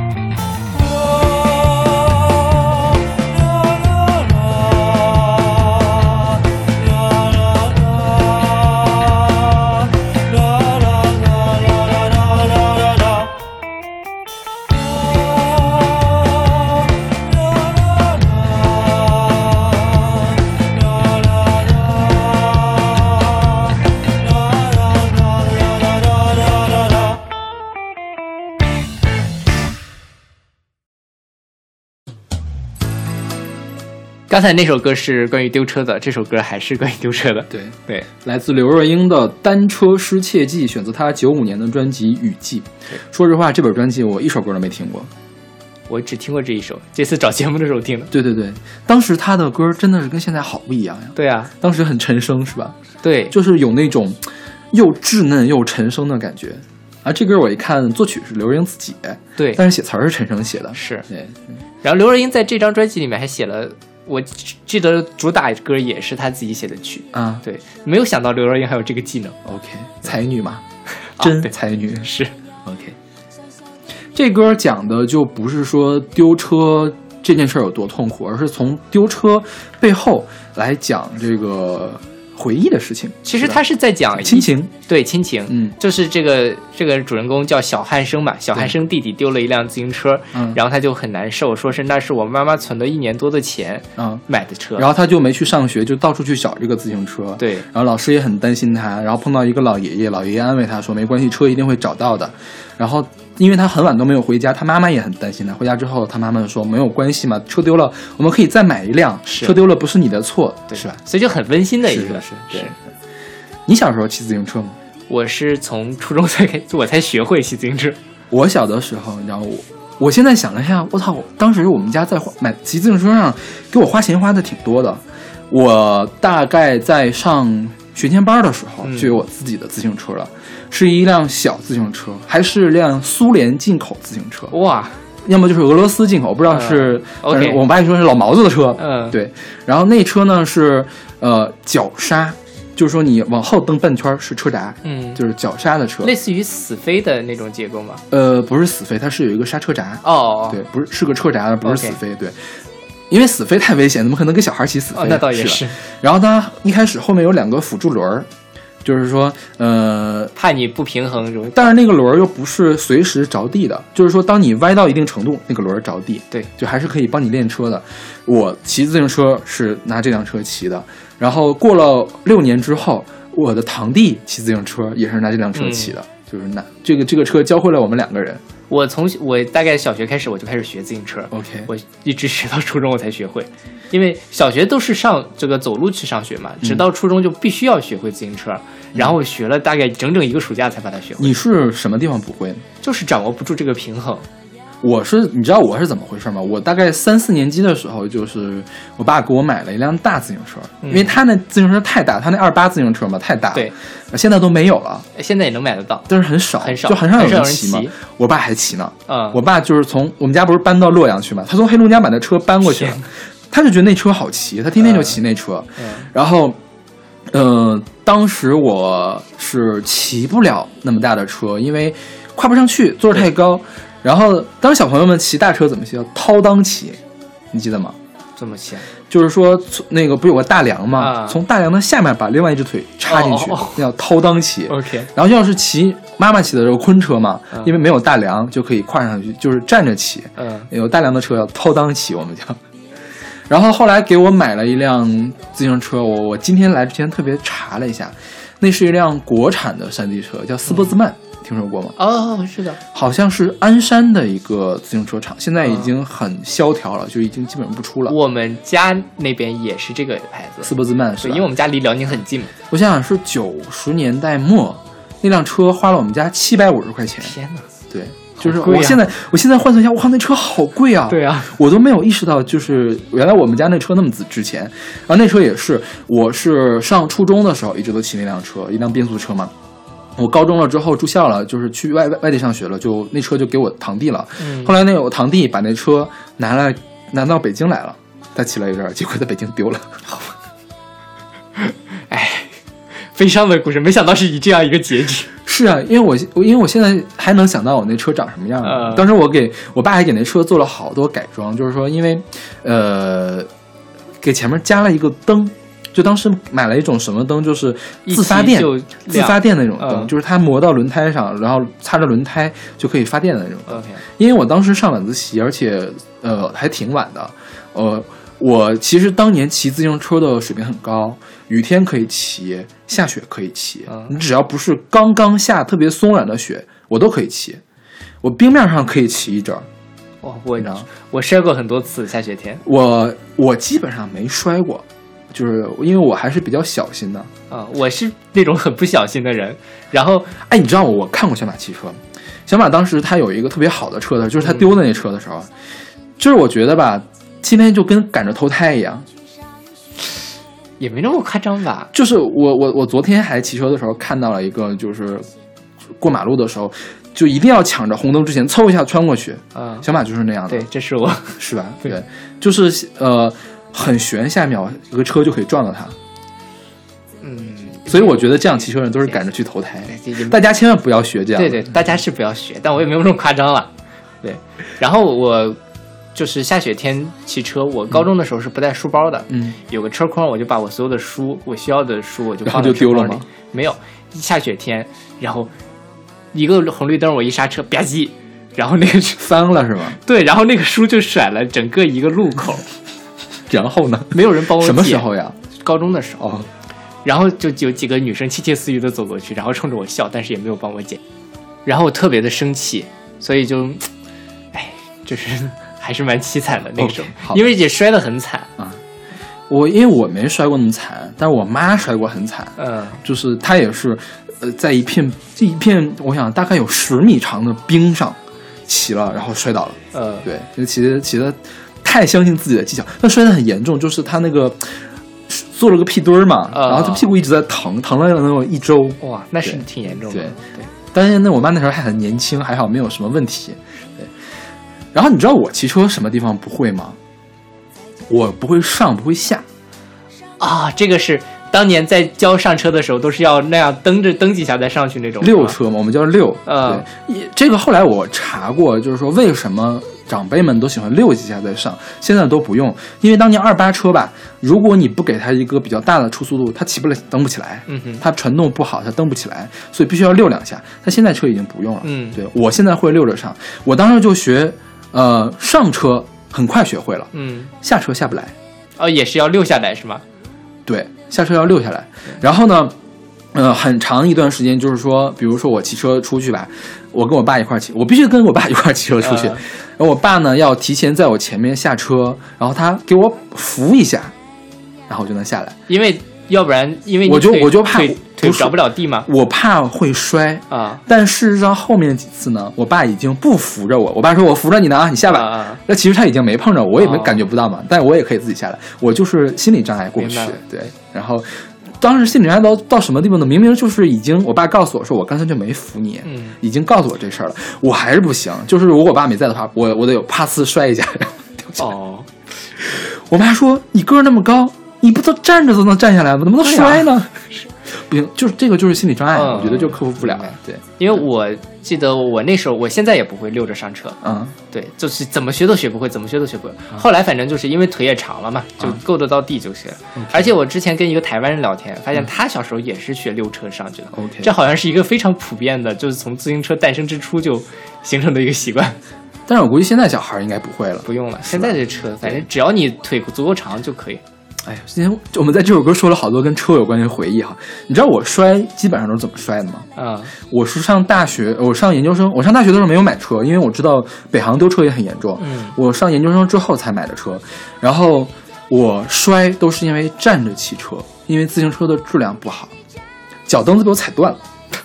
刚才那首歌是关于丢车的，这首歌还是关于丢车的。 对对， 来自刘若英的《单车失窃记》，选择她九五年的专辑《雨季》。说实话，这本专辑我一首歌都没听过， 我只听过这一首，这次找节目的时候听的。 对对对，当时她的歌真的是跟现在好不一样呀。 对啊， 当时很沉声是吧？ 对， 就是有那种又稚嫩又沉声的感觉。啊，这歌我一看，作曲是刘若英自己， 对， 但是写词儿是陈升写的， 是。 对， 然后刘若英在这张专辑里面还写了。我记得主打歌也是他自己写的曲啊， 对，没有想到刘若英还有这个技能。 OK， 才女嘛，真才女、 啊、是 OK。这歌讲的就不是说丢车这件事有多痛苦，而是从丢车背后来讲这个回忆的事情。 其实他是在讲亲情， 对亲情， 嗯， 就是这个这个主人公叫小汉生嘛，小汉生弟弟丢了一辆自行车， 嗯， 然后他就很难受，说是那是我妈妈存了一年多的钱， 嗯， 买的车， 然后他就没去上学，就到处去找这个自行车， 对， 然后老师也很担心他，然后碰到一个老爷爷，老爷爷安慰他说没关系，车一定会找到的，然后。因为他很晚都没有回家，他妈妈也很担心他。回家之后，他妈妈就说：“没有关系嘛，车丢了，我们可以再买一辆。车丢了不是你的错， 对是吧？” 所以就很温馨的一个。 是是是。是你小时候骑自行车吗？ 我是从初中才我才学会骑自行车。 我小的时候，你知道我，我现在想了一下，我操，当时我们家在买骑自行车上给我花钱花的挺多的。我大概在上学前班的时候就有我自己的自行车了。嗯，是一辆小自行车，还是辆苏联进口自行车。 哇， 要么就是俄罗斯进口，我不知道是。 嗯、OK， 我们爸一说是老毛子的车。 嗯， 对。然后那车呢是呃脚刹，就是说你往后蹬半圈是车闸， 嗯， 就是脚刹的车， 类似于死飞的那种结构吗？ 呃，不是死飞，它是有一个刹车闸。 哦， 对，不是是个车闸，不是死飞。Okay. 对。因为死飞太危险，怎么可能跟小孩骑死飞？ 哦，那倒也是。是然后它一开始后面有两个辅助轮。就是说，呃， 怕你不平衡， 但是那个轮又不是随时着地的，就是说，当你歪到一定程度，那个轮着地， 对， 就还是可以帮你练车的。我骑自行车是拿这辆车骑的，然后过了六年之后，我的堂弟骑自行车也是拿这辆车骑的，嗯、 就是那这个这个车教会了我们两个人。 我从我大概小学开始我就开始学自行车 ，OK， 我一直学到初中我才学会，因为小学都是上这个走路去上学嘛，直到初中就必须要学会自行车，嗯、然后我学了大概整整一个暑假才把它学会。 你是什么地方不会呢？ 就是掌握不住这个平衡。 我是你知道我是怎么回事吗？我大概三四年级的时候，就是我爸给我买了一辆大自行车， 嗯、 因为他那自行车太大，他那二八自行车嘛太大了， 对， 现在都没有了， 现在也能买得到， 但是很少， 很少， 就很少有人骑嘛。我爸还骑呢， 嗯， 我爸就是从我们家不是搬到洛阳去嘛，他从黑龙江把那车搬过去了，他就觉得那车好骑，他天天就骑那车， 嗯， 然后，呃，当时我是骑不了那么大的车，因为跨不上去，座儿太高。然后当时小朋友们骑大车怎么骑？要掏裆骑，你记得吗？ 怎么骑？ 就是说那个不是有个大梁吗？ 啊、 从大梁的下面把另外一只腿插进去， 哦哦、 叫掏裆骑。 OK。 然后要是骑妈妈骑的时候昆车嘛， 嗯、 因为没有大梁就可以跨上去，就是站着骑。 嗯。 有大梁的车要掏裆骑，我们叫。然后后来给我买了一辆自行车，我我今天来之前特别查了一下，那是一辆国产的山地车，叫斯波兹曼。嗯，听说过吗？ 哦，是的， 好像是鞍山的一个自行车厂，现在已经很萧条了，嗯、就已经基本上不出了。 我们家那边也是这个牌子， 斯波兹曼是吧？ 因为我们家离辽宁很近嘛。 我想想是九十年代末，那辆车花了我们家七百五十块钱。 天哪！ 对，就是我现在、啊、我现在换算一下，哇，那车好贵啊！ 对啊， 我都没有意识到，就是原来我们家那车那么值钱。然后那车也是，我是上初中的时候一直都骑那辆车，一辆变速车嘛。我高中了之后住校了，就是去外外地上学了，就那车就给我堂弟了。 嗯、 后来那个我堂弟把那车拿来拿到北京来了，他骑了一阵，结果在北京丢了。 哎，悲伤的故事，没想到是以这样一个结局。 是啊，因为我因为我现在还能想到我那车长什么样。 呃、 当时我给我爸还给那车做了好多改装，就是说因为呃给前面加了一个灯。就当时买了一种什么灯，就是自发电自发电那种灯、嗯、就是它磨到轮胎上，然后擦着轮胎就可以发电的那种灯。 Okay. 因为我当时上晚自习，而且呃还挺晚的，呃我其实当年骑自行车的水平很高，雨天可以骑，下雪可以骑、嗯、你只要不是刚刚下特别松软的雪我都可以骑，我冰面上可以骑一阵儿。 哦，我我摔过很多次，下雪天我我基本上没摔过，就是因为我还是比较小心的啊、嗯，我是那种很不小心的人。然后， 哎，你知道我看过小马骑车，小马当时他有一个特别好的车的，就是他丢的那车的时候，嗯、就是我觉得吧，今天就跟赶着投胎一样， 也没那么夸张吧。 就是我我我昨天还骑车的时候看到了一个，就是过马路的时候，就一定要抢着红灯之前嗖一下穿过去啊、嗯。 小马就是那样的， 对，这是我是吧？对，就是呃。很悬，下一秒一个车就可以撞到他。 嗯， 所以我觉得这样骑车人都是赶着去投胎，大家千万不要学这样。 对对，大家是不要学，但我也没有那么夸张了。对，然后我就是下雪天骑车，我高中的时候是不带书包的， 嗯， 有个车筐，我就把我所有的书，我需要的书我就放在车筐里。了吗？ 没有，下雪天，然后一个红绿灯我一刹车，吧唧，然后那个翻了是吗？ 对，然后那个书就甩了整个一个路口。 然后呢？ 没有人帮我解。 什么时候呀？ 高中的时候。 哦。 然后就有几个女生窃窃私语的走过去，然后冲着我笑，但是也没有帮我解。然后我特别的生气，所以就，哎，就是还是蛮凄惨的那个时候， okay, 因为也摔得很惨啊。我因为我没摔过那么惨，但是我妈摔过很惨。 嗯， 就是她也是，呃，在一片一片，我想大概有十米长的冰上骑了，然后摔倒了。 嗯， 对，就骑的骑的。太相信自己的技巧，但摔得很严重，就是他那个做了个屁墩儿嘛， 呃、 然后他屁股一直在疼，疼了能有一周。 哇，那是挺严重的。 对对，但是那我妈那时候还很年轻，还好没有什么问题。对，然后你知道我骑车什么地方不会吗？我不会上，不会下。 啊，这个是当年在教上车的时候，都是要那样蹬着蹬几下再上去那种。 溜车嘛，我们叫溜。 嗯， 对，这个后来我查过，就是说为什么长辈们都喜欢溜几下再上，现在都不用，因为当年二八车吧，如果你不给它一个比较大的初速度，它起不来，蹬不起来。 嗯哼， 它传动不好，它蹬不起来，所以必须要溜两下。它现在车已经不用了。 嗯， 对，我现在会溜着上，我当时就学，呃，上车很快学会了。 嗯， 下车下不来。 哦，也是要溜下来是吗？ 对，下车要溜下来。然后呢， 呃，很长一段时间，就是说，比如说我骑车出去吧，我跟我爸一块骑，我必须跟我爸一块骑车出去。 嗯、 然后我爸呢要提前在我前面下车，然后他给我扶一下，然后我就能下来。 因为要不然，因为你我就我就怕腿腿着不了地嘛， 我怕会摔啊。 但事实上后面几次呢，我爸已经不扶着我，我爸说我扶着你呢啊，你下吧。 啊、 那其实他已经没碰着我，我也没感觉不到嘛，哦、但我也可以自己下来。我就是心理障碍过不去，对，然后。当时心理障碍到到什么地步呢？明明就是已经，我爸告诉我说，我刚才就没扶你， 嗯， 已经告诉我这事儿了，我还是不行。就是如果我爸没在的话，我我得有啪呲摔一下。 哦， 我妈说你个儿那么高，你不都站着都能站下来吗？怎么能摔呢？啊、不行，就是这个就是心理障碍，嗯、我觉得就克服不了。对， 因为我记得我那时候，我现在也不会溜着上车。 嗯， 对，就是怎么学都学不会，怎么学都学不会。嗯、后来反正就是因为腿也长了嘛，就够得到地就行。嗯、而且我之前跟一个台湾人聊天，发现他小时候也是学溜车上去的。 OK， 这好像是一个非常普遍的，就是从自行车诞生之初就形成的一个习惯。 但是我估计现在小孩应该不会了， 不用了。现在这车，反正只要你腿足够长就可以。 哎呀，今天我们在这首歌说了好多跟车有关的回忆哈。你知道我摔基本上都是怎么摔的吗？ 啊、嗯， 我是上大学，我上研究生，我上大学的时候没有买车，因为我知道北航丢车也很严重。 嗯， 我上研究生之后才买的车，然后我摔都是因为站着骑车，因为自行车的质量不好，脚蹬子被我踩断了。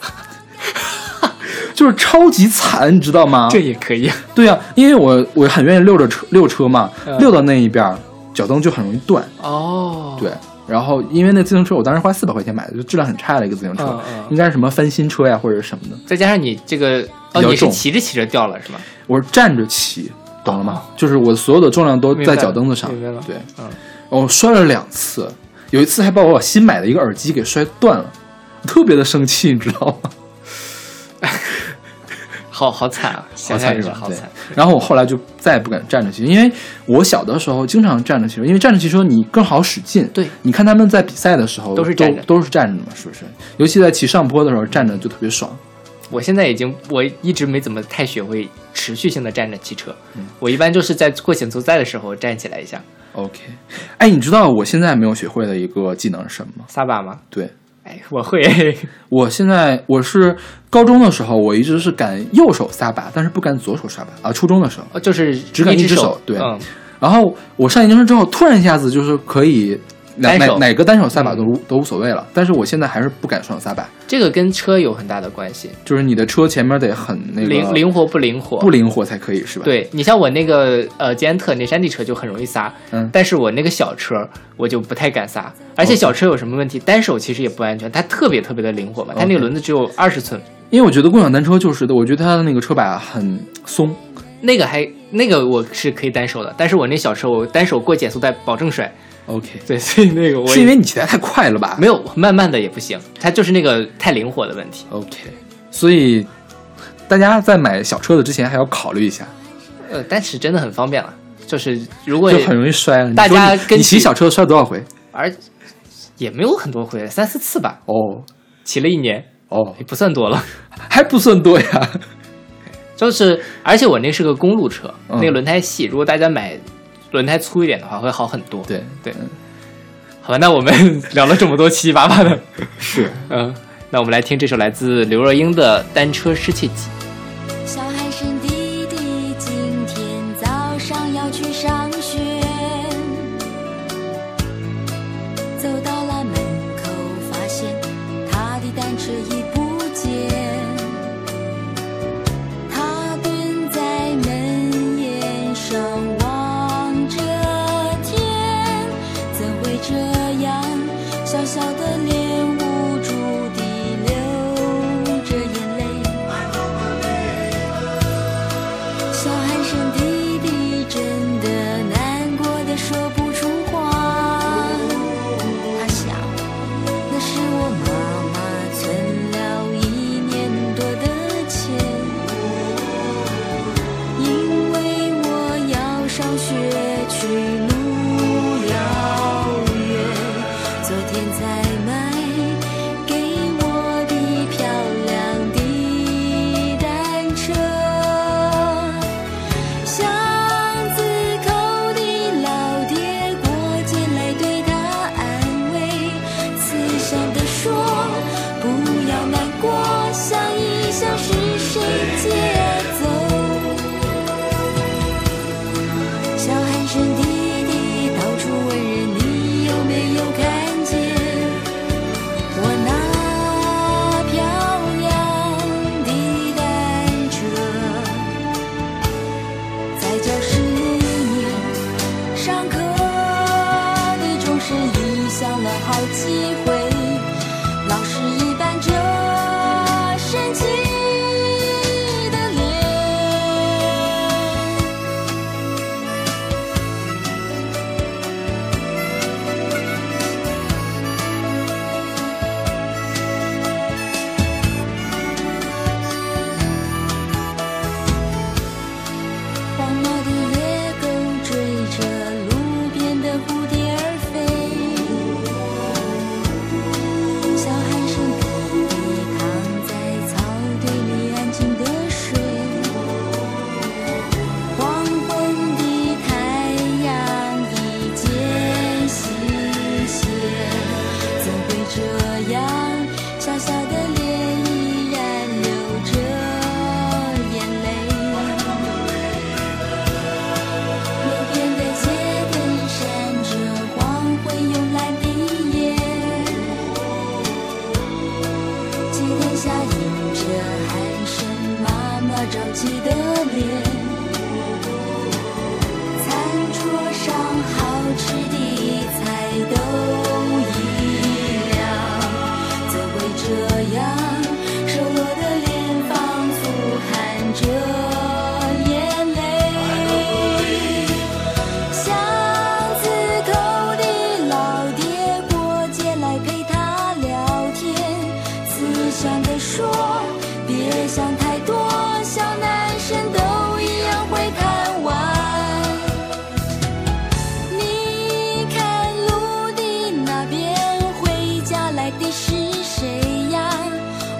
就是超级惨，你知道吗？ 这也可以。 对呀、啊，因为我我很愿意溜着车溜车嘛，嗯、溜到那一边，脚蹬就很容易断。 哦， 对。然后因为那自行车我当时花四百块钱买的，就质量很差的一个自行车， 嗯嗯、 应该是什么翻新车呀或者什么的。 再加上你这个哦，你是骑着骑着掉了是吗？ 我是站着骑，懂了吗？哦、就是我所有的重量都在脚蹬子上。 明白了。 对， 嗯。 我摔了两次，有一次还把我新买的一个耳机给摔断了，特别的生气，你知道吗？ 好好惨啊！ 好惨是吧？ 好惨。 然后我后来就再也不敢站着骑，因为我小的时候经常站着骑车，因为站着骑车你更好使劲。 对， 你看他们在比赛的时候都是站着， 都是站着的嘛，是不是？尤其在骑上坡的时候，站着就特别爽。 我现在已经，我一直没怎么太学会持续性的站着骑车，嗯、我一般就是在过险阻赛的时候站起来一下。 OK， 哎，你知道我现在没有学会的一个技能是什么吗？ 撒把吗？ 对。 哎，我会。 我现在我是高中的时候，我一直是敢右手撒把，但是不敢左手撒把啊。初中的时候， 就是只敢一只手， 手对。 嗯、 然后我上研究生之后，突然一下子就是可以哪哪哪个单手撒把都、嗯、都无所谓了。但是我现在还是不敢双撒把。 这个跟车有很大的关系， 就是你的车前面得很那个灵灵活不灵活， 不灵活才可以是吧？ 对，你像我那个呃捷安特那山地车就很容易撒， 嗯， 但是我那个小车我就不太敢撒，而且小车有什么问题？ Okay. 单手其实也不安全，它特别特别的灵活嘛，它那个轮子只有二十寸。 因为我觉得共享单车就是的，我觉得它的那个车把很松， 那个还那个我是可以单手的，但是我那小车我单手过减速带保证摔。 OK， 对，所以那个我是因为你骑得太快了吧？ 没有，慢慢的也不行，它就是那个太灵活的问题。 OK， 所以大家在买小车的之前还要考虑一下。 呃，但是真的很方便了，就是如果就很容易摔了。 大家跟你骑小车摔多少回？ 而也没有很多回，三四次吧。 哦， 骑了一年， 哦， 也不算多了， 还不算多呀。 就是，而且我那是个公路车， 嗯、 那个轮胎细，如果大家买轮胎粗一点的话，会好很多。 对对，嗯、好吧，那我们聊了这么多七七八八的， 是， 嗯，那我们来听这首来自刘若英的《单车失窃记》。 小海参弟弟今天早上要去上学，走到了门口，发现他的单车已不见。他蹲在门檐上望着天，怎会这样？小小的脸无助地流着眼泪。小海参弟弟真的难过的说不出话。他想，那是我妈妈存了一年多的钱，因为我要上学去路遥远，昨天才买给我的漂亮的单车。巷子口的老爹过街来对他安慰，慈祥地说，不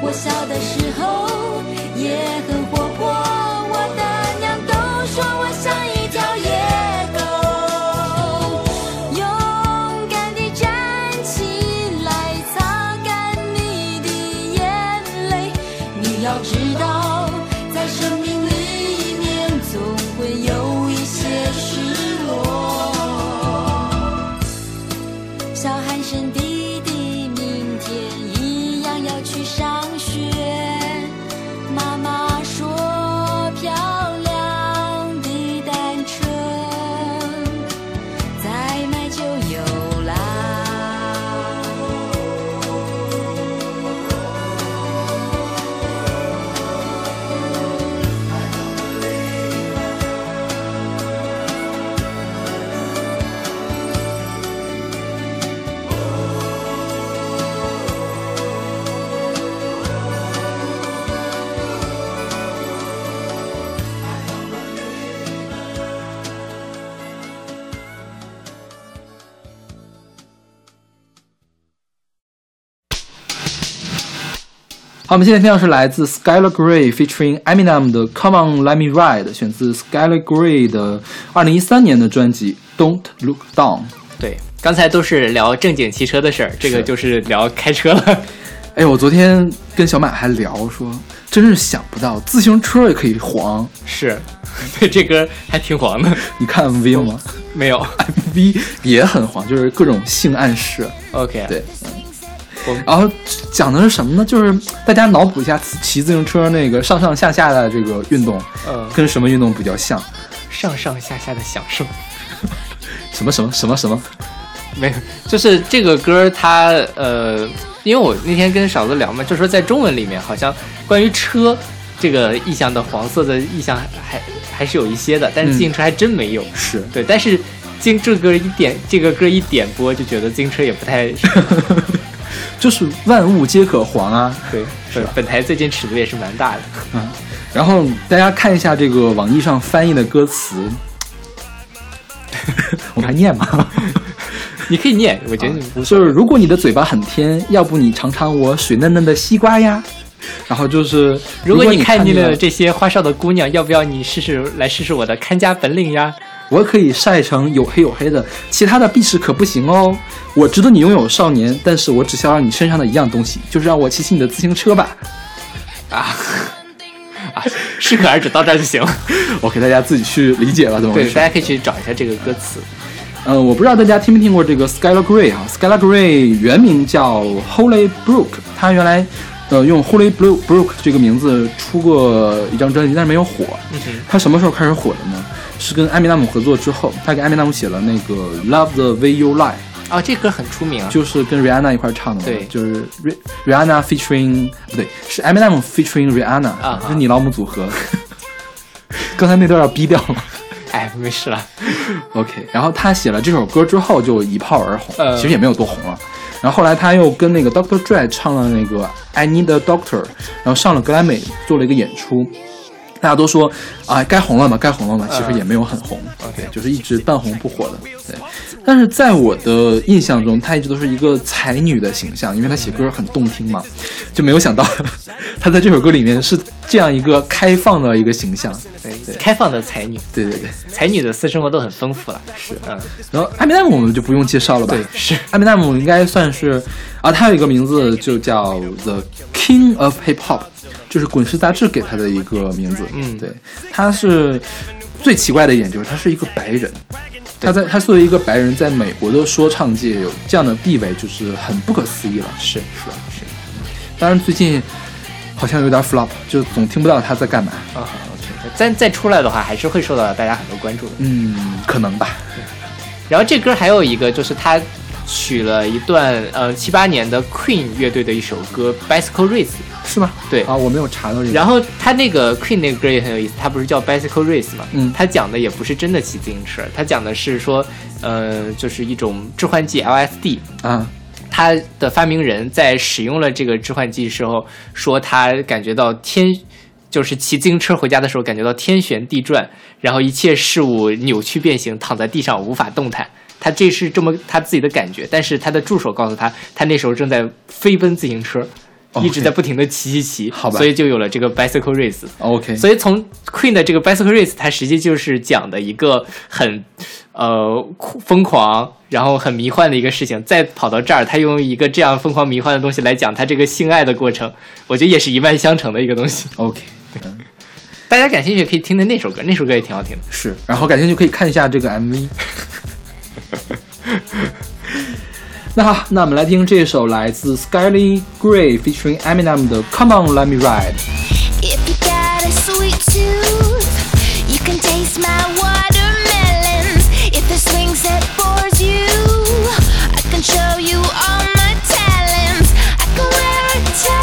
我小的时候也很活泼，我的娘都说我像一条野狗。勇敢地站起来，擦干你的眼泪。你要知道，在生命里面总会有一些失落。小寒生弟弟明天一样要去上学，妈妈说漂亮的单车再买就有啦。 好，我们现在听到是来自 Skylar Grey featuring Eminem 的 Come On Let Me Ride， 选自 Skylar Grey 的二零一三年的专辑 Don't Look Down。 对，刚才都是聊正经汽车的事儿，这个就是聊开车了。 哎，我昨天跟小马还聊说，真是想不到自行车也可以黄。 是，对，这歌还挺黄的。 你看 M V 了吗？ 没有。 M V 也很黄，就是各种性暗示。 OK， 对。然后讲的是什么呢？就是大家脑补一下骑自行车那个上上下下的这个运动， 嗯， 跟什么运动比较像？ 上上下下的享受。 什么什么什么什么？ 没有，就是这个歌它呃，因为我那天跟嫂子聊嘛，就说在中文里面好像关于车这个意象的黄色的意象还还是有一些的，但是自行车还真没有。 嗯、是对，但是经这歌一点，这个歌一点播，就觉得自行车也不太。 就是万物皆可黄啊！ 对，是本台最近尺度也是蛮大的。 嗯，然后大家看一下这个网易上翻译的歌词，我还念吗？ 你可以念，我觉得你不、 啊、就是如果你的嘴巴很甜，要不你尝尝我水嫩嫩的西瓜呀。然后就是如果你看腻了这些花哨的姑娘，要不要你试试来试试我的看家本领呀？ 我可以晒成黝黑黝黑的，其他的必是可不行哦。我值得你拥有少年，但是我只想要你身上的一样东西，就是让我骑骑你的自行车吧。 啊啊，适可而止，到这儿就行了。 我给大家自己去理解吧，怎么回事？ 对，大家可以去找一下这个歌词。 嗯、呃，我不知道大家听没听过这个 Skylar Grey 哈 ，Skylar Grey 原名叫 Holly Brook， 他原来呃用 Holly Brook 这个名字出过一张专辑，但是没有火。 嗯、 他什么时候开始火的呢？是跟艾米纳姆合作之后，他给艾米纳姆写了那个 Love the Way You Lie。 哦，这歌很出名啊， 就是跟 Rihanna 一块唱的， 对， 就是 Rihanna featuring 不对，是 Eminem featuring Rihanna， 啊， 是你老母组合。刚才那段要逼掉了， 哎，没事了。 OK， 然后他写了这首歌之后就一炮而红， 呃、 其实也没有多红了。然后后来他又跟那个 Doctor Dre 唱了那个 I Need a Doctor， 然后上了格莱美做了一个演出。大家都说啊，该红了嘛，该红了嘛，其实也没有很红， 嗯、 对，就是一直半红不火的，对。但是在我的印象中，她一直都是一个才女的形象，因为她写歌很动听嘛，就没有想到她在这首歌里面是这样一个开放的一个形象， 对对，开放的才女， 对对对， 才女的私生活都很丰富了，是，嗯。 然后艾米纳姆我们就不用介绍了吧？ 对，是艾米纳姆应该算是啊，他有一个名字就叫 The King of Hip Hop。就是滚石杂志给他的一个名字， 嗯， 对，他是最奇怪的一点就是他是一个白人，他在他作为一个白人在美国的说唱界有这样的地位，就是很不可思议了， 是是是。 当然最近好像有点 flop， 就总听不到他在干嘛啊。OK， 再再出来的话，还是会受到大家很多关注的， 嗯，可能吧。 然后这歌还有一个就是他取了一段呃七八年的 Queen 乐队的一首歌 Bicycle Race。 是吗？ 对啊，我没有查到这个。 然后他那个 Queen 那个歌也很有意思，他不是叫 Bicycle Race 嘛？ 嗯， 他讲的也不是真的骑自行车，他讲的是说，呃，就是一种致幻剂 L S D 啊。 他的发明人在使用了这个致幻剂时候，说他感觉到天，就是骑自行车回家的时候感觉到天旋地转，然后一切事物扭曲变形，躺在地上无法动弹。他这是这么他自己的感觉，但是他的助手告诉他，他那时候正在飞奔自行车。 一直在不停的骑骑骑， 好吧， 所以就有了这个 Bicycle Race。 OK， 所以从 Queen 的这个 Bicycle Race， 它实际就是讲的一个很呃疯狂，然后很迷幻的一个事情。再跑到这儿，他用一个这样疯狂迷幻的东西来讲他这个性爱的过程，我觉得也是一脉相承的一个东西。 OK， 大家感兴趣可以听听那首歌，那首歌也挺好听的。 是，然后感兴趣可以看一下这个 M V。那好，那我们来听这首来自 Skylar Grey featuring Eminem 的 Come On Let Me Ride。If you got a sweet tooth, you can taste my watermelons. If there's things that bores you, I can show you all my talents. I can wear a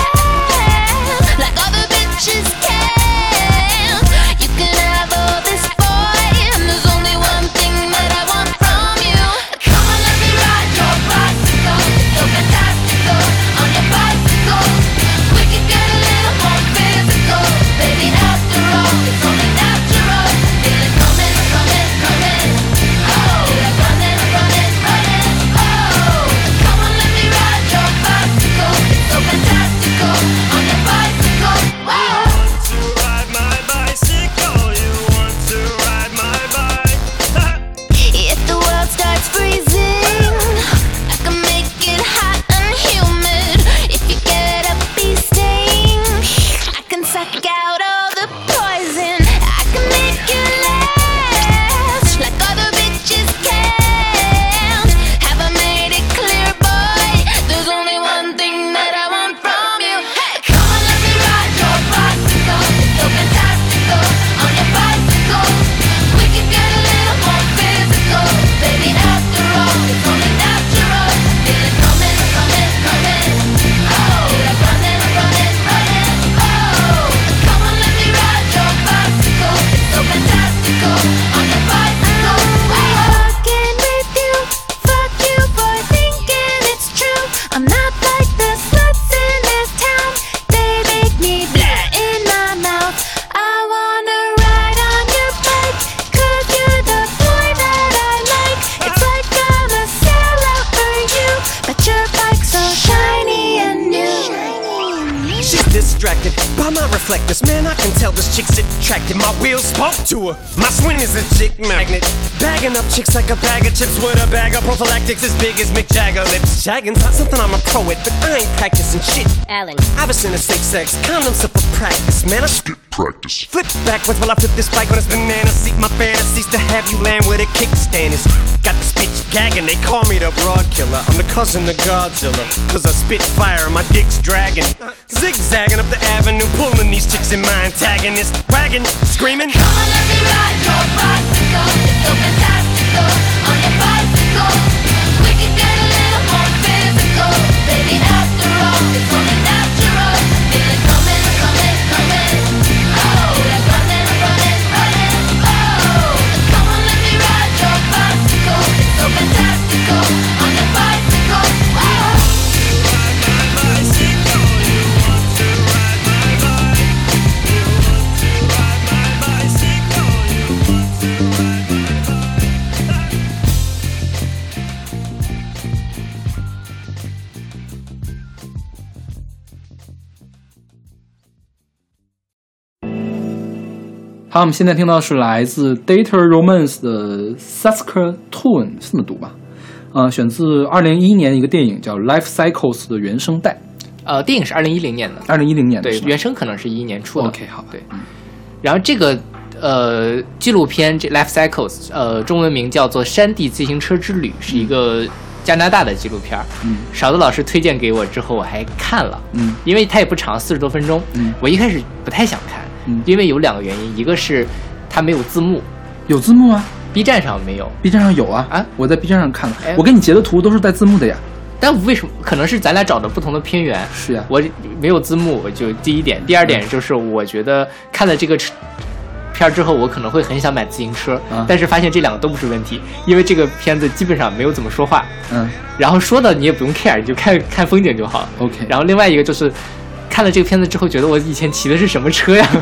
tan like other bitches can. You can have all this boy, and there's only one thing that I want from you. Come on, let me ride your bicycle. It's so fantastical on your bicycle. We can get a little more physical, baby. After all, it's only natural. Feel it coming, coming, coming. Oh, like running, running, running. Oh, come on, let me ride your bicycle. It's so fantastical on your bicycle. Wow. You want to ride my bicycle? You want to ride my bike? If the world starts freezing, I can make it hot and humid. If you get a bee sting, I can suck out all the poison. I can make you last like other bitches can't. Have I made it clear, boy? There's only one thing that I want from you. Hey, come on, let me ride your bicycle. It's so fantastical on your bicycle. We can get a little more physical, baby. After all, it's only natural. Feel it coming, coming, coming. Oh, like running, running, running. Oh, come on, let me ride your bicycle. It's so fantastical on your bicycle. Fucking with you, fuck you for thinking it's true. I'm not like the sluts in this town. They make me blah in my mouth. I wanna ride on your bike, 'cause you're the boy that I like. It's like I'm a sellout for you, but your bike's so shiny and new. She's distracted by my reflectors. Man, I can tell this chick's attracted. My wheels spoke to her. My swing is a chick magnet. Bagging up chicks like a bag of chips with a bag of prophylactics as big as Mick Jagger lips. Shagging's not something I'm a pro at, but I ain't practicing shit. Alan. I was into safe sex, condoms up for practice. Man, I skip practice. Flip backwards while I flip this bike on its banana seat. My fantasies to have you land with a kickstand is. Got this bitch gagging, they call me the broad killer. I'm the cousin of Godzilla, 'cause I spit fire, my dick's dragging. Zigzagging up the avenue, pulling these chicks in my antagonist wagon, screaming. Come on, let me ride your bicycle. It's so fantastical on your bicycle. We can get a little more physical, baby. After all, it's only natural. Feel it coming, coming, coming. Oh, like running, running, running. Oh, come on, let me ride your bicycle. It's so fantastical on your bicycle. Wow. Ride my bicycle. You want to ride my bike? You want to ride my bicycle? You want to ride my bike? 好，我们现在听到是来自 Data Romance 的 Saskatoon， 是这么读吧？呃，选自二零一一年一个电影叫《Life Cycles》的原声带。 呃，电影是二零一零年的， 二零一零年的， 对，原声可能是一一年出的。 OK， 好， 对。然后这个呃纪录片这 Life Cycles， 呃，中文名叫做《山地自行车之旅》，是一个加拿大的纪录片。嗯，勺子老师推荐给我之后，我还看了。嗯，因为它也不长，四十多分钟。嗯，我一开始不太想看，嗯，因为有两个原因，一个是它没有字幕， 有字幕啊 ，B 站上没有 ，B 站上有啊啊， 我在 B 站上看了， 哎、 我给你截的图都是带字幕的呀。 但为什么？可能是咱俩找的不同的片源。 是呀， 我没有字幕，我就第一点，第二点就是我觉得看了这个片之后，我可能会很想买自行车，嗯、但是发现这两个都不是问题，因为这个片子基本上没有怎么说话，嗯，然后说的你也不用 care， 你就看看风景就好。 OK， 然后另外一个就是看了这个片子之后，觉得我以前骑的是什么车呀？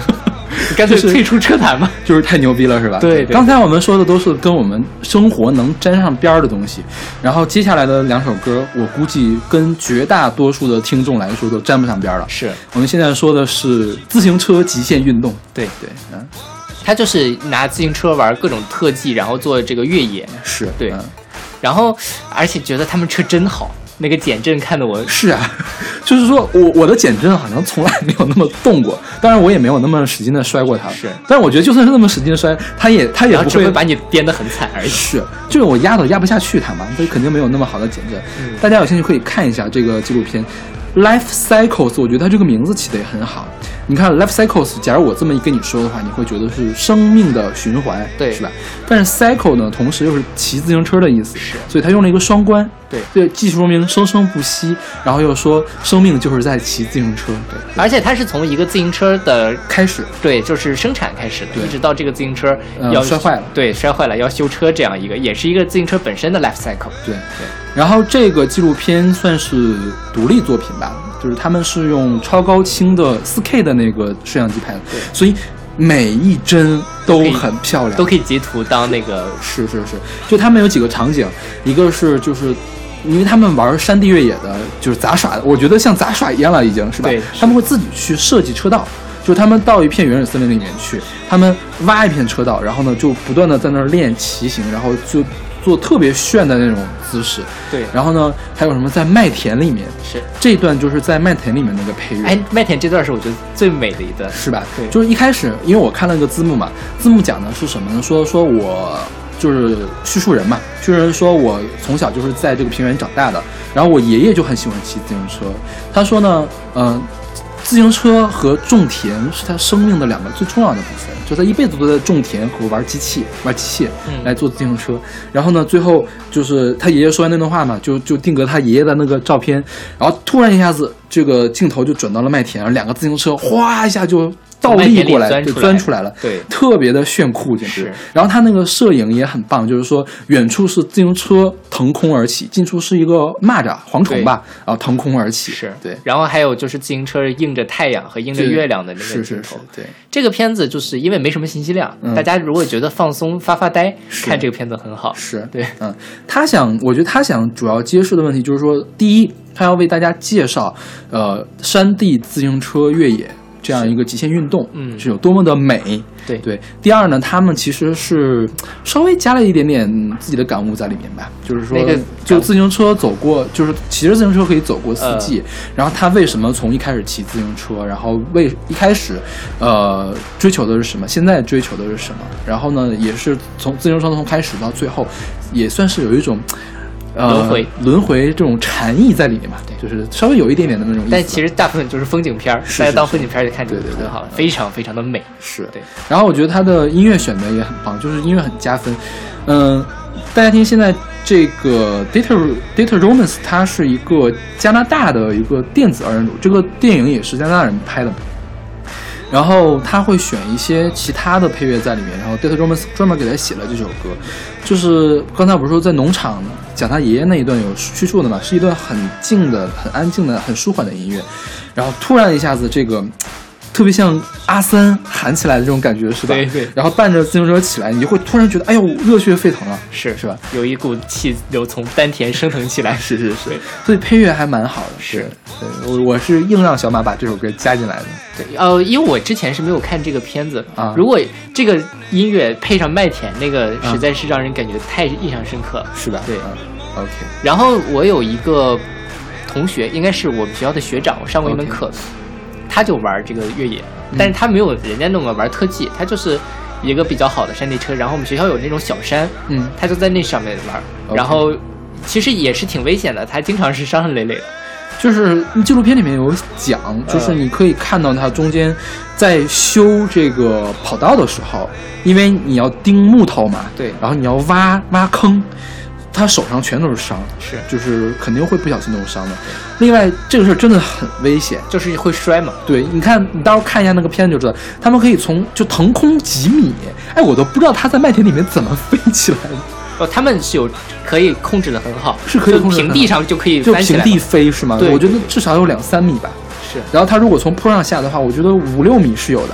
你干脆退出车坛吧， 就是太牛逼了，是吧？ 对对。 刚才我们说的都是跟我们生活能沾上边儿的东西，然后接下来的两首歌，我估计跟绝大多数的听众来说都沾不上边儿了。 是我们现在说的是自行车极限运动， 对对，嗯， 他就是拿自行车玩各种特技，然后做这个越野， 是对， 嗯、 然后而且觉得他们车真好。那个减震看得我是啊，就是说我我的减震好像从来没有那么动过，当然我也没有那么使劲的摔过它， 是， 但是我觉得就算是那么使劲的摔，它也它也不会只会把你颠得很惨而已。 是，就是我压都压不下去它嘛，它肯定没有那么好的减震。嗯、大家有兴趣可以看一下这个纪录片 Life Cycles， 我觉得它这个名字起得也很好。你看 Life Cycles， 假如我这么一跟你说的话，你会觉得是生命的循环， 对， 是吧？但是 cycle 呢，同时又是骑自行车的意思， 是， 所以它用了一个双关， 对， 对，既说明生生不息，然后又说生命就是在骑自行车，对，对而且它是从一个自行车的开始， 对，就是生产开始的，一直到这个自行车要、 呃、摔坏了， 对，摔坏了要修车这样一个，也是一个自行车本身的 life cycle， 对对。然后这个纪录片算是独立作品吧。就是他们是用超高清的 四 K 的那个摄像机拍的，所以每一帧都很漂亮， 都可以截图当那个。 是是是，就他们有几个场景，一个是就是因为他们玩山地越野的，就是杂耍，我觉得像杂耍一样了，已经是吧？ 对， 他们会自己去设计车道。就是他们到一片原始森林里面去，他们挖一片车道，然后呢就不断的在那儿练骑行，然后就做特别炫的那种姿势。 对， 然后呢还有什么在麦田里面， 是这一段就是在麦田里面那个配乐。 哎，麦田这段是我觉得最美的一段， 是吧？ 对， 就是一开始因为我看了个字幕嘛，字幕讲的是什么呢？说说我就是叙述人嘛，叙述人说我从小就是在这个平原长大的，然后我爷爷就很喜欢骑自行车。他说呢，嗯、呃。自行车和种田是他生命的两个最重要的部分，就他一辈子都在种田和玩机器、玩机械来做自行车。嗯、然后呢，最后就是他爷爷说完那段话嘛，就就定格他爷爷的那个照片，然后突然一下子这个镜头就转到了麦田，两个自行车哗一下就倒立过来，就钻出来了， 对， 特别的炫酷，简直。然后他那个摄影也很棒，就是说远处是自行车腾空而起，近处是一个蚂蚱、蝗虫吧，然后腾空而起， 是对。 然后还有就是自行车映着太阳和映着月亮的那个镜头， 是是是，对。 这个片子就是因为没什么信息量，嗯、大家如果觉得放松、发发呆，看这个片子很好。 是对， 嗯，他想，我觉得他想主要揭示的问题就是说，第一，他要为大家介绍，呃，山地自行车越野。这样一个极限运动，嗯，是有多么的美， 对对。第二呢，他们其实是稍微加了一点点自己的感悟在里面吧，就是说， 那个就自行车走过，就是骑着自行车可以走过四季。呃、然后他为什么从一开始骑自行车，然后为一开始，呃，追求的是什么？现在追求的是什么？然后呢，也是从自行车从开始到最后，也算是有一种。 呃，轮回轮回这种禅意在里面嘛，对，就是稍微有一点点的那种意思。 但其实大部分就是风景片，大家当风景片就看， 对对对， 很好，非常非常的美。 是对。 然后我觉得他的音乐选的也很棒，就是音乐很加分。嗯、呃，大家听现在这个 Data Data Romance， 它是一个加拿大的一个电子二人组，这个电影也是加拿大人拍的。然后他会选一些其他的配乐在里面，然后 Data Romance 专门给他写了这首歌，就是刚才不是说在农场讲他爷爷那一段有叙述的嘛，是一段很静的、很安静的、很舒缓的音乐，然后突然一下子这个特别像阿三喊起来的这种感觉，是吧？ 对对。 然后伴着自行车起来，你就会突然觉得，哎呦，热血沸腾啊！ 是是吧？ 有一股气流从丹田升腾起来。 是是是。所以配乐还蛮好的。 是。 对，我我是硬让小马把这首歌加进来的。 对，呃，因为我之前是没有看这个片子啊。 如果这个音乐配上麦田那个，实在是让人感觉太印象深刻了， 是吧？ 对。 嗯、OK。 然后我有一个同学，应该是我们学校的学长，我上过一门课。Okay.他就玩这个越野，但是他没有人家那么玩特技，他就是一个比较好的山地车。然后我们学校有那种小山， 嗯， 他就在那上面玩， okay. 然后其实也是挺危险的，他经常是伤痕累累的。 就是纪录片里面有讲，就是你可以看到他中间在修这个跑道的时候，因为你要钉木头嘛， 对， 然后你要挖挖坑。他手上全都是伤， 是， 就是肯定会不小心弄伤的。另外，这个事儿真的很危险， 就是会摔嘛。 对，你看，你到时候看一下那个片就知道，他们可以从就腾空几米，哎，我都不知道他在麦田里面怎么飞起来的。 哦，他们是有可以控制的很好， 是可以控制的很好， 平地上就可以翻起来，就平地飞是吗？ 对， 我觉得至少有两三米吧。 是， 然后他如果从坡上下的话，我觉得五六米是有的。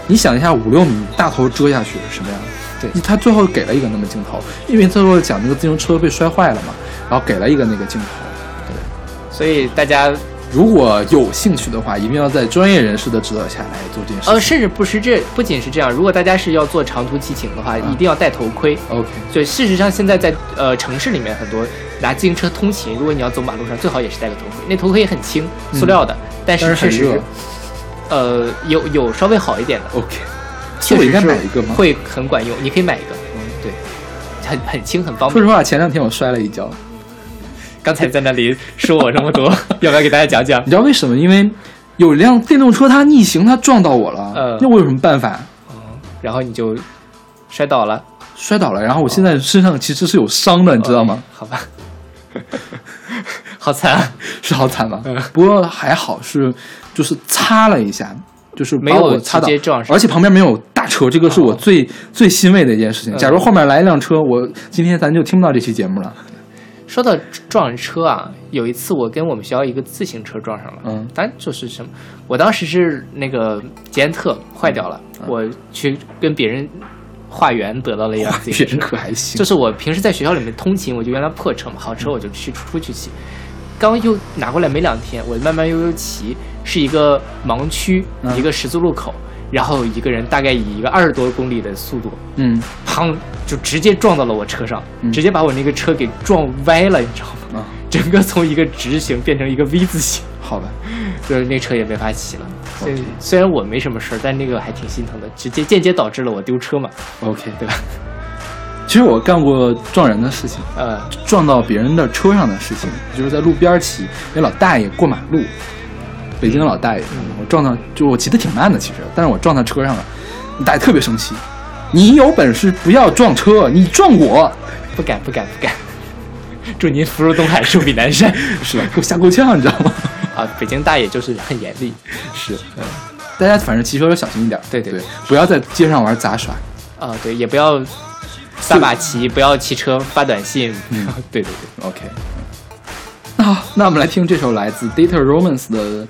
你想一下，五六米大头遮下去是什么样的？ 对， 他最后给了一个那么镜头，因为最后讲那个自行车被摔坏了嘛，然后给了一个那个镜头。对， 所以大家如果有兴趣的话，一定要在专业人士的指导下来做这件事情。 呃，甚至不是这，不仅是这样，如果大家是要做长途骑行的话，嗯、一定要戴头盔。 OK。 所以事实上，现在在呃城市里面很多拿自行车通勤，如果你要走马路上，最好也是戴个头盔。那头盔也很轻，塑料的，嗯、但是确实，呃，有有稍微好一点的。 OK。确实应该买一个吗？ 会很管用，你可以买一个。嗯，对，很很轻，很方便。 说实话，前两天我摔了一跤。 刚才在那里说我这么多，要不要给大家讲讲？ 你知道为什么？因为有一辆电动车它逆行，它撞到我了。 呃， 那我有什么办法？ 嗯，然后你就摔倒了， 摔倒了。然后我现在身上其实是有伤的， 哦、 你知道吗？ 好吧，好惨， 是好惨吧？ 嗯、 不过还好是就是擦了一下。就是把我擦到， 直接撞上， 而且旁边没有大车，这个是我最、哦、最欣慰的一件事情。假如后面来一辆车，我今天咱就听不到这期节目了。 说到撞车啊，有一次我跟我们学校一个自行车撞上了， 嗯， 当然就是什么，我当时是那个捷安特坏掉了，嗯、我去跟别人化缘得到了一辆自行车， 可还行。 就是我平时在学校里面通勤，我就原来破车嘛，好车我就去出去骑。刚又拿过来没两天，我慢慢悠悠骑，是一个盲区，嗯、一个十字路口，然后一个人大概以一个二十多公里的速度， 嗯， 砰，就直接撞到了我车上， 嗯、 直接把我那个车给撞歪了，你知道吗？ 啊， 整个从一个直行变成一个 V 字形。 好吧， 就是那车也没法骑了。所以虽然我没什么事儿，但那个还挺心疼的，直接间接导致了我丢车嘛。 OK， 对吧？ 其实我干过撞人的事情， 呃， 撞到别人的车上的事情，就是在路边骑，那老大爷过马路，北京的老大爷， 嗯、 我撞到，就我骑得挺慢的，其实，但是我撞他车上了，大爷特别生气，你有本事不要撞车，你撞我， 不敢不敢不敢，祝您福如东海，寿比南山， 是吧？给我吓够呛，你知道吗？ 啊，北京大爷就是很严厉， 是，嗯，大家反正骑车要小心一点， 对对对，不要在街上玩杂耍， 啊，对，也不要。撒把骑，不要骑车发短信。 嗯， 对对对 ，OK。那好，那我们来听这首来自 Data Romance 的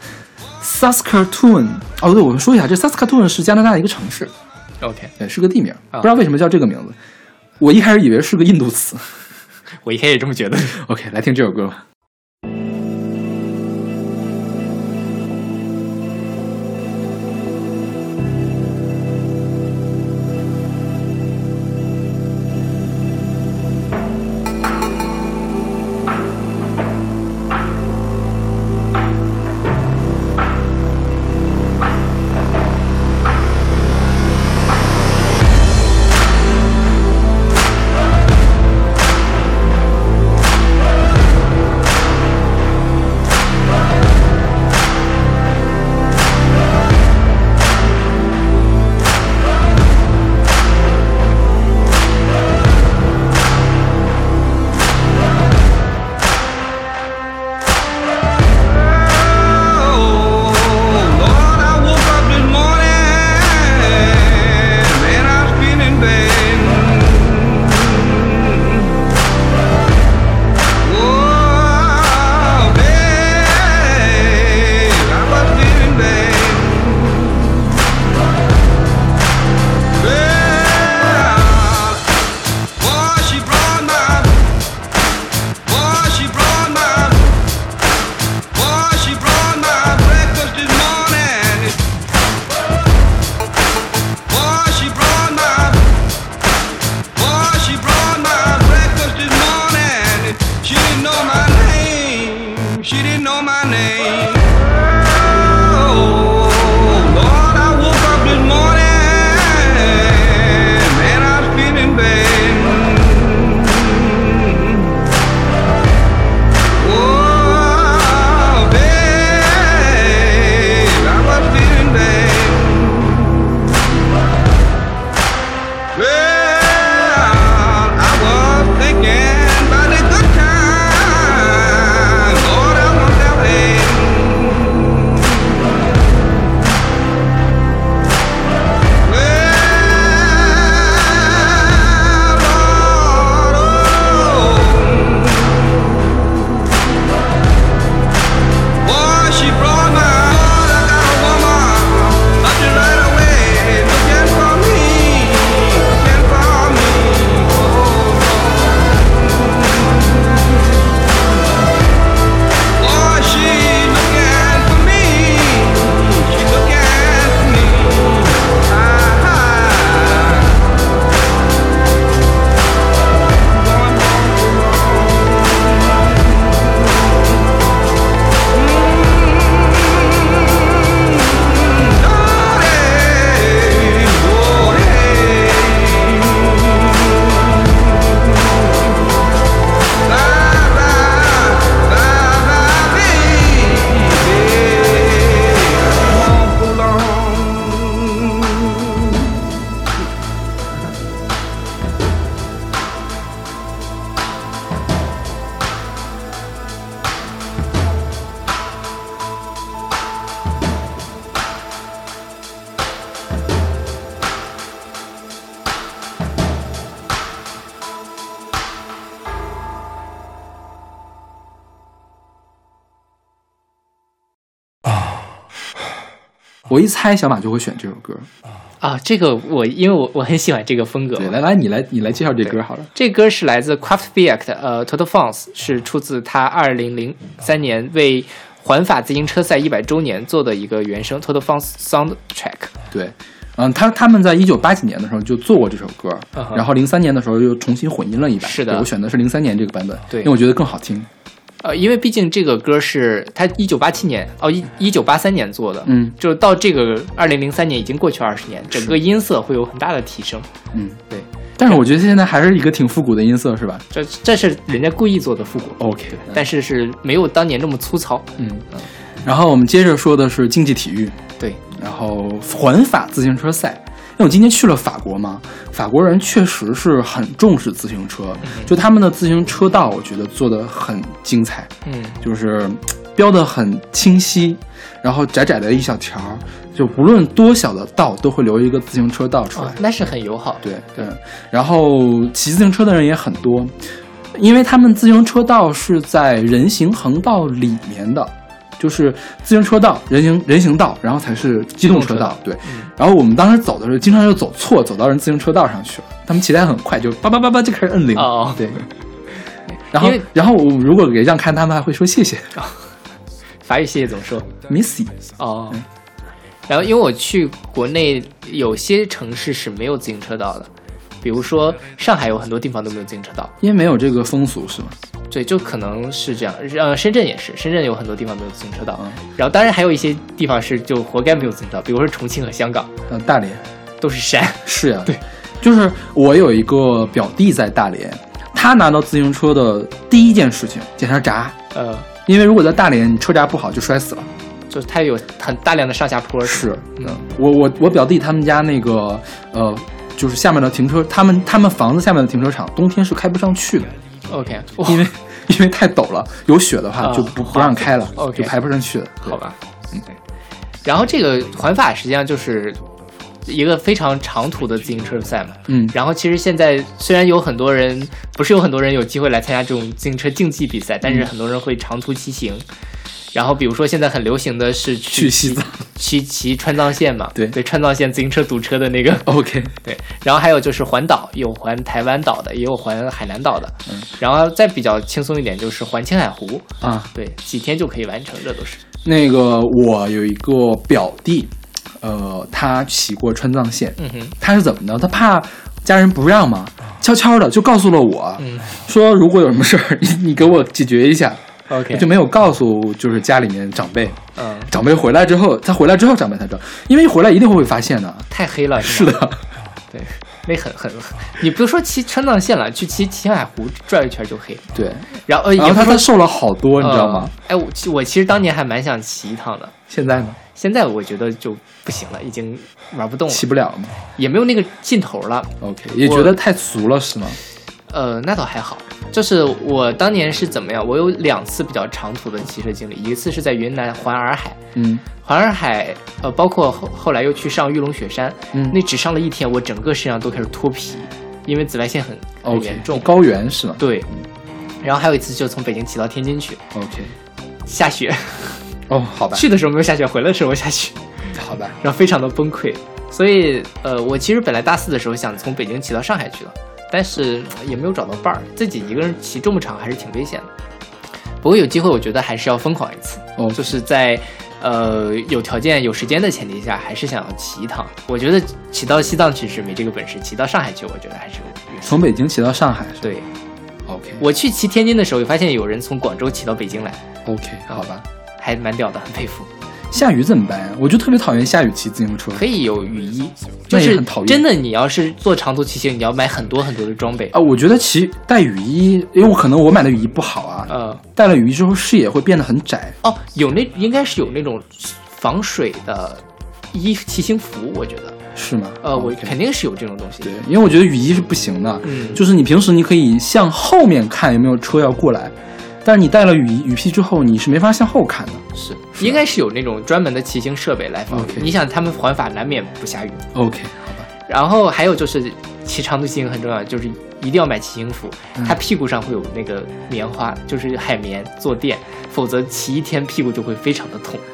Saskatoon。哦，对，我们说一下，这 Saskatoon 是加拿大的一个城市。 OK， 对，是个地名， 啊、 不知道为什么叫这个名字。我一开始以为是个印度词， 我一开始也这么觉得。 OK， 来听这首歌吧。 我一猜小马就会选这首歌啊，这个我因为我我很喜欢这个风格。 对，来来，你来你来介绍这歌好了。 这歌是来自 Kraftwerk 的，呃 Toto Fons 是出自他二零零三年为环法自行车赛一百周年做的一个原声 Toto Fons Soundtrack。 对。嗯，他他们在一九八几年的时候就做过这首歌， uh-huh. 然后零三年的时候又重新混音了一版。 是的， 我选的是零三年这个版本， 对， 因为我觉得更好听。 呃，因为毕竟这个歌是他一九八七年哦一一九八三年做的， 嗯， 就到这个二零零三年已经过去二十年，整个音色会有很大的提升。 嗯， 对。 但是我觉得现在还是一个挺复古的音色，是吧？ 这这是人家故意做的复古 ，OK， 但是是没有当年这么粗糙。 嗯嗯。然后我们接着说的是竞技体育， 对， 然后环法自行车赛。因为我今天去了法国嘛，法国人确实是很重视自行车， 嗯、 就他们的自行车道，我觉得做得很精彩， 嗯， 就是标得很清晰，然后窄窄的一小条，就无论多小的道都会留一个自行车道出来， 哦、那是很友好。 对对，然后骑自行车的人也很多，因为他们自行车道是在人行横道里面的。就是自行车道、人行人行道，然后才是机动车道。对、嗯，然后我们当时走的时候，经常就走错，走到人自行车道上去了。他们骑得很快，就叭叭叭叭就开始摁铃。 哦， 对。然后，然后我如果给让看，他们还会说谢谢。 哦、法语谢谢怎么说 ？Merci。 哦。嗯、然后，因为我去国内有些城市是没有自行车道的，比如说上海有很多地方都没有自行车道， 因为没有这个风俗，是吗？ 对，就可能是这样。呃，深圳也是，深圳有很多地方没有自行车道。嗯、然后，当然还有一些地方是就活该没有自行车道，比如说重庆和香港， 呃，大连都是山。 是呀、啊， 对， 就是我有一个表弟在大连，他拿到自行车的第一件事情检查闸。 呃， 因为如果在大连你车闸不好就摔死了， 就是它有很大量的上下坡。 是，嗯，我我我表弟他们家那个呃，就是下面的停车，他们他们房子下面的停车场冬天是开不上去的。 OK， 因为因为太陡了，有雪的话就不、uh, 不让开了， OK， 就排不上去了。 好吧，嗯，对。然后这个环法实际上就是一个非常长途的自行车赛嘛， 嗯。 然后其实现在虽然有很多人，不是有很多人有机会来参加这种自行车竞技比赛，但是很多人会长途骑行。然后比如说现在很流行的是去去西藏骑骑川藏线嘛， 对对，川藏线自行车堵车的那个 OK， 对。然后还有就是环岛，有环台湾岛的，也有环海南岛的， 嗯。 然后再比较轻松一点就是环青海湖啊， 对，几天就可以完成，这都是。 那个我有一个表弟，呃，他骑过川藏线， 嗯哼， 他是怎么呢？他怕家人不让嘛，悄悄的就告诉了我， 嗯， 说如果有什么事儿，你你给我解决一下。 OK， 就没有告诉就是家里面长辈， 嗯， 长辈回来之后，他回来之后长辈才知道，因为一回来一定会发现的， 太黑了， 是的， 对，那很很，你不说骑川藏线了，去骑青海湖转一圈就黑， 对， 然后呃， 然后他他瘦了好多，你知道吗？ 哎，我我其实当年还蛮想骑一趟的， 现在呢？ 现在我觉得就不行了，已经玩不动了， 骑不了了吗？ 也没有那个劲头了。 OK， 也觉得太俗了是吗？ 呃，那倒还好，就是我当年是怎么样？我有两次比较长途的骑车经历，一次是在云南环洱海， 嗯， 环洱海，呃，包括后后来又去上玉龙雪山， 嗯， 那只上了一天，我整个身上都开始脱皮，因为紫外线很很严重， okay， 高原是吗？ 对，然后还有一次就从北京骑到天津去 ，OK， 下雪， 哦，好吧， 去的时候没有下雪，回来的时候下雪， 好吧， 然后非常的崩溃，所以呃，我其实本来大四的时候想从北京骑到上海去的。但是也没有找到伴儿，自己一个人骑这么长还是挺危险的。不过有机会，我觉得还是要疯狂一次， 哦， 就是在呃有条件、有时间的前提下，还是想要骑一趟。我觉得骑到西藏去是没这个本事，骑到上海去，我觉得还是有。 从北京骑到上海， 对 ，OK。 我去骑天津的时候，也发现有人从广州骑到北京来 ，OK， 好吧， 还蛮屌的，很佩服。 下雨怎么办呀？我就特别讨厌下雨骑自行车。 可以有雨衣，就是真的。你要是做长途骑行，你要买很多很多的装备啊。我觉得骑带雨衣，因为我可能我买的雨衣不好啊。 呃， 带了雨衣之后视野会变得很窄。 哦，有那应该是有那种防水的衣骑行服，我觉得是吗？ 呃，我肯定是有这种东西。 对，因为我觉得雨衣是不行的。 嗯， 就是你平时你可以向后面看有没有车要过来。但是你带了雨雨披之后，你是没法向后看的。 是，应该是有那种专门的骑行设备来防雨。 Okay. 你想，他们环法难免不下雨。 OK， 好吧。 然后还有就是骑长途骑行很重要，就是一定要买骑行服， 嗯、 它屁股上会有那个棉花，就是海绵坐垫，否则骑一天屁股就会非常的痛。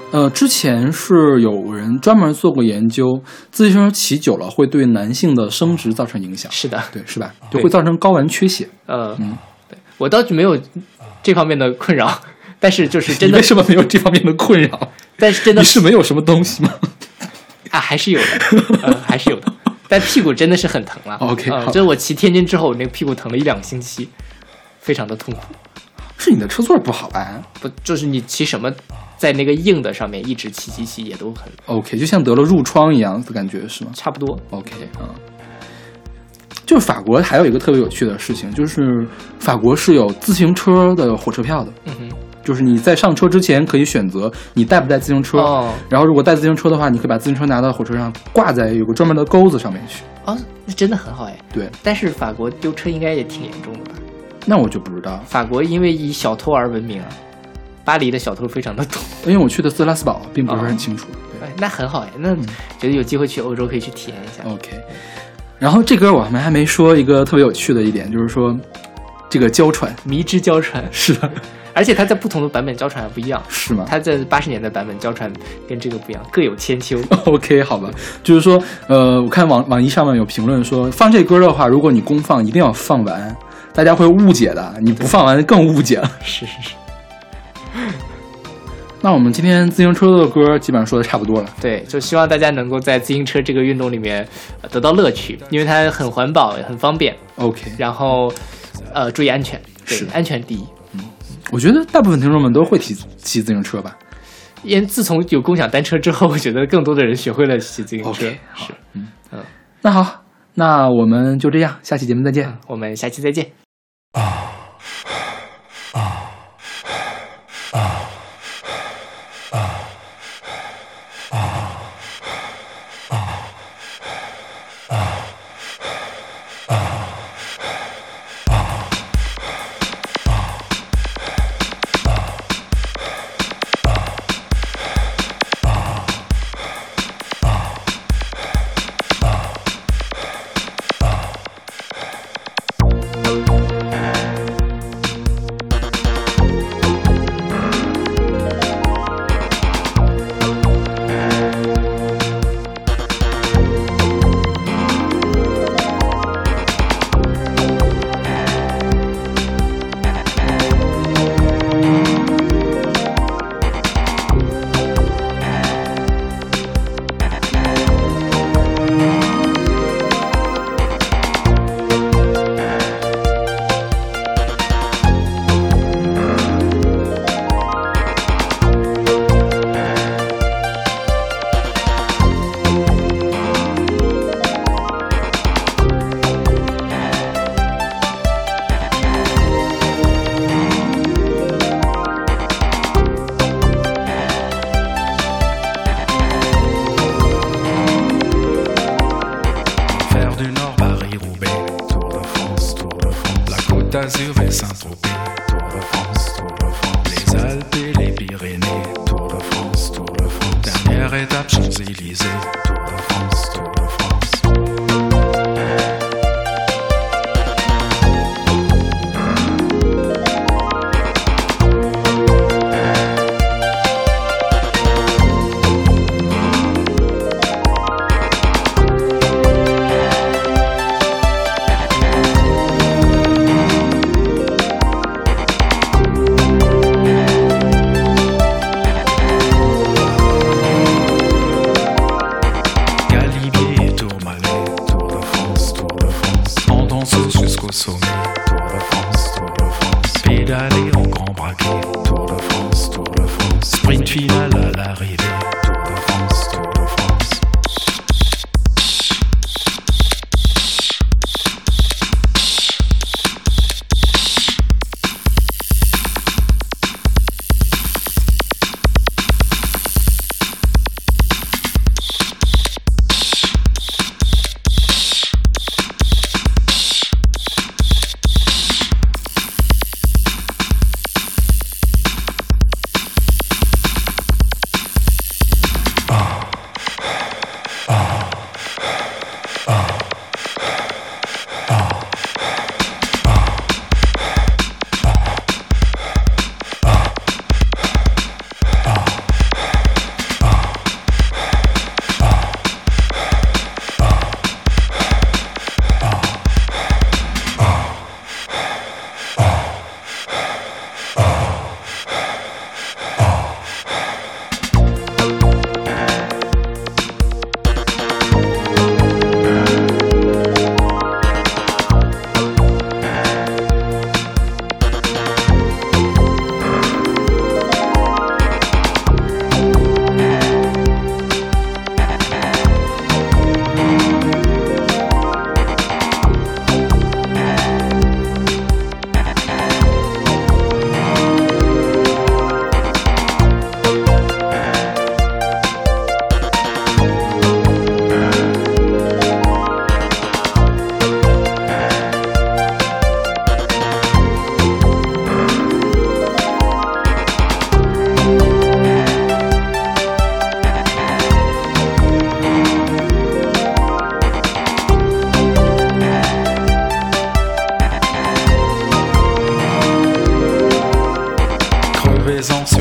呃，之前是有人专门做过研究，自行车骑久了会对男性的生殖造成影响。 是的， 对，是吧？就会造成睾丸缺血。 呃，嗯，对，我倒是没有这方面的困扰，但是就是真的， 为什么没有这方面的困扰？ 但是真的你是没有什么东西吗？ 啊，还是有的，呃，还是有的，但屁股真的是很疼了。 OK，、 呃、就是我骑天津之后，那个屁股疼了一两个星期，非常的痛苦。 是你的车座不好吧？ 不，就是你骑什么，在那个硬的上面一直骑骑骑也都很 OK， 就像得了褥疮一样的感觉是吗？ 差不多。 OK， 嗯。就是法国还有一个特别有趣的事情，就是法国是有自行车的火车票的。 嗯哼。 就是你在上车之前可以选择你带不带自行车， 哦、 然后如果带自行车的话，你可以把自行车拿到火车上挂在有个专门的钩子上面去。 哦，那真的很好哎。 对， 但是法国丢车应该也挺严重的吧？ 那我就不知道。 法国因为以小偷而闻名啊，巴黎的小偷非常的多。 因为我去的斯拉斯堡，并不是很清楚。 哦、对，那很好哎，那觉得有机会去欧洲可以去体验一下。 OK， 然后这歌我们还没说一个特别有趣的一点，就是说这个娇喘， 迷之娇喘， 是的。 而且它在不同的版本娇喘还不一样， 是吗？ 它在八十年代版本娇喘跟这个不一样，各有千秋。 OK， 好吧，就是说，呃，我看网网易上面有评论说，放这歌的话，如果你公放，一定要放完，大家会误解的，你不放完更误解了。 是是是。 那我们今天自行车的歌基本上说的差不多了。 对，就希望大家能够在自行车这个运动里面得到乐趣，因为它很环保，也很方便。 OK， 然后，呃，注意安全，对， 是安全第一。 我觉得大部分听众们都会骑骑自行车吧， 因为自从有共享单车之后，我觉得更多的人学会了骑自行车。 Okay， 好， 是，嗯嗯，那好，那我们就这样，下期节目再见。 嗯、我们下期再见。 啊啊啊啊啊啊啊啊！ d'Azur et Saint-Tropez, Tour de France, Tour de France, les Alpes et les Pyrénées, Tour de France, Tour de France, dernière étape Champs-Élysées, Tour de France, Tour de France. crevaison sur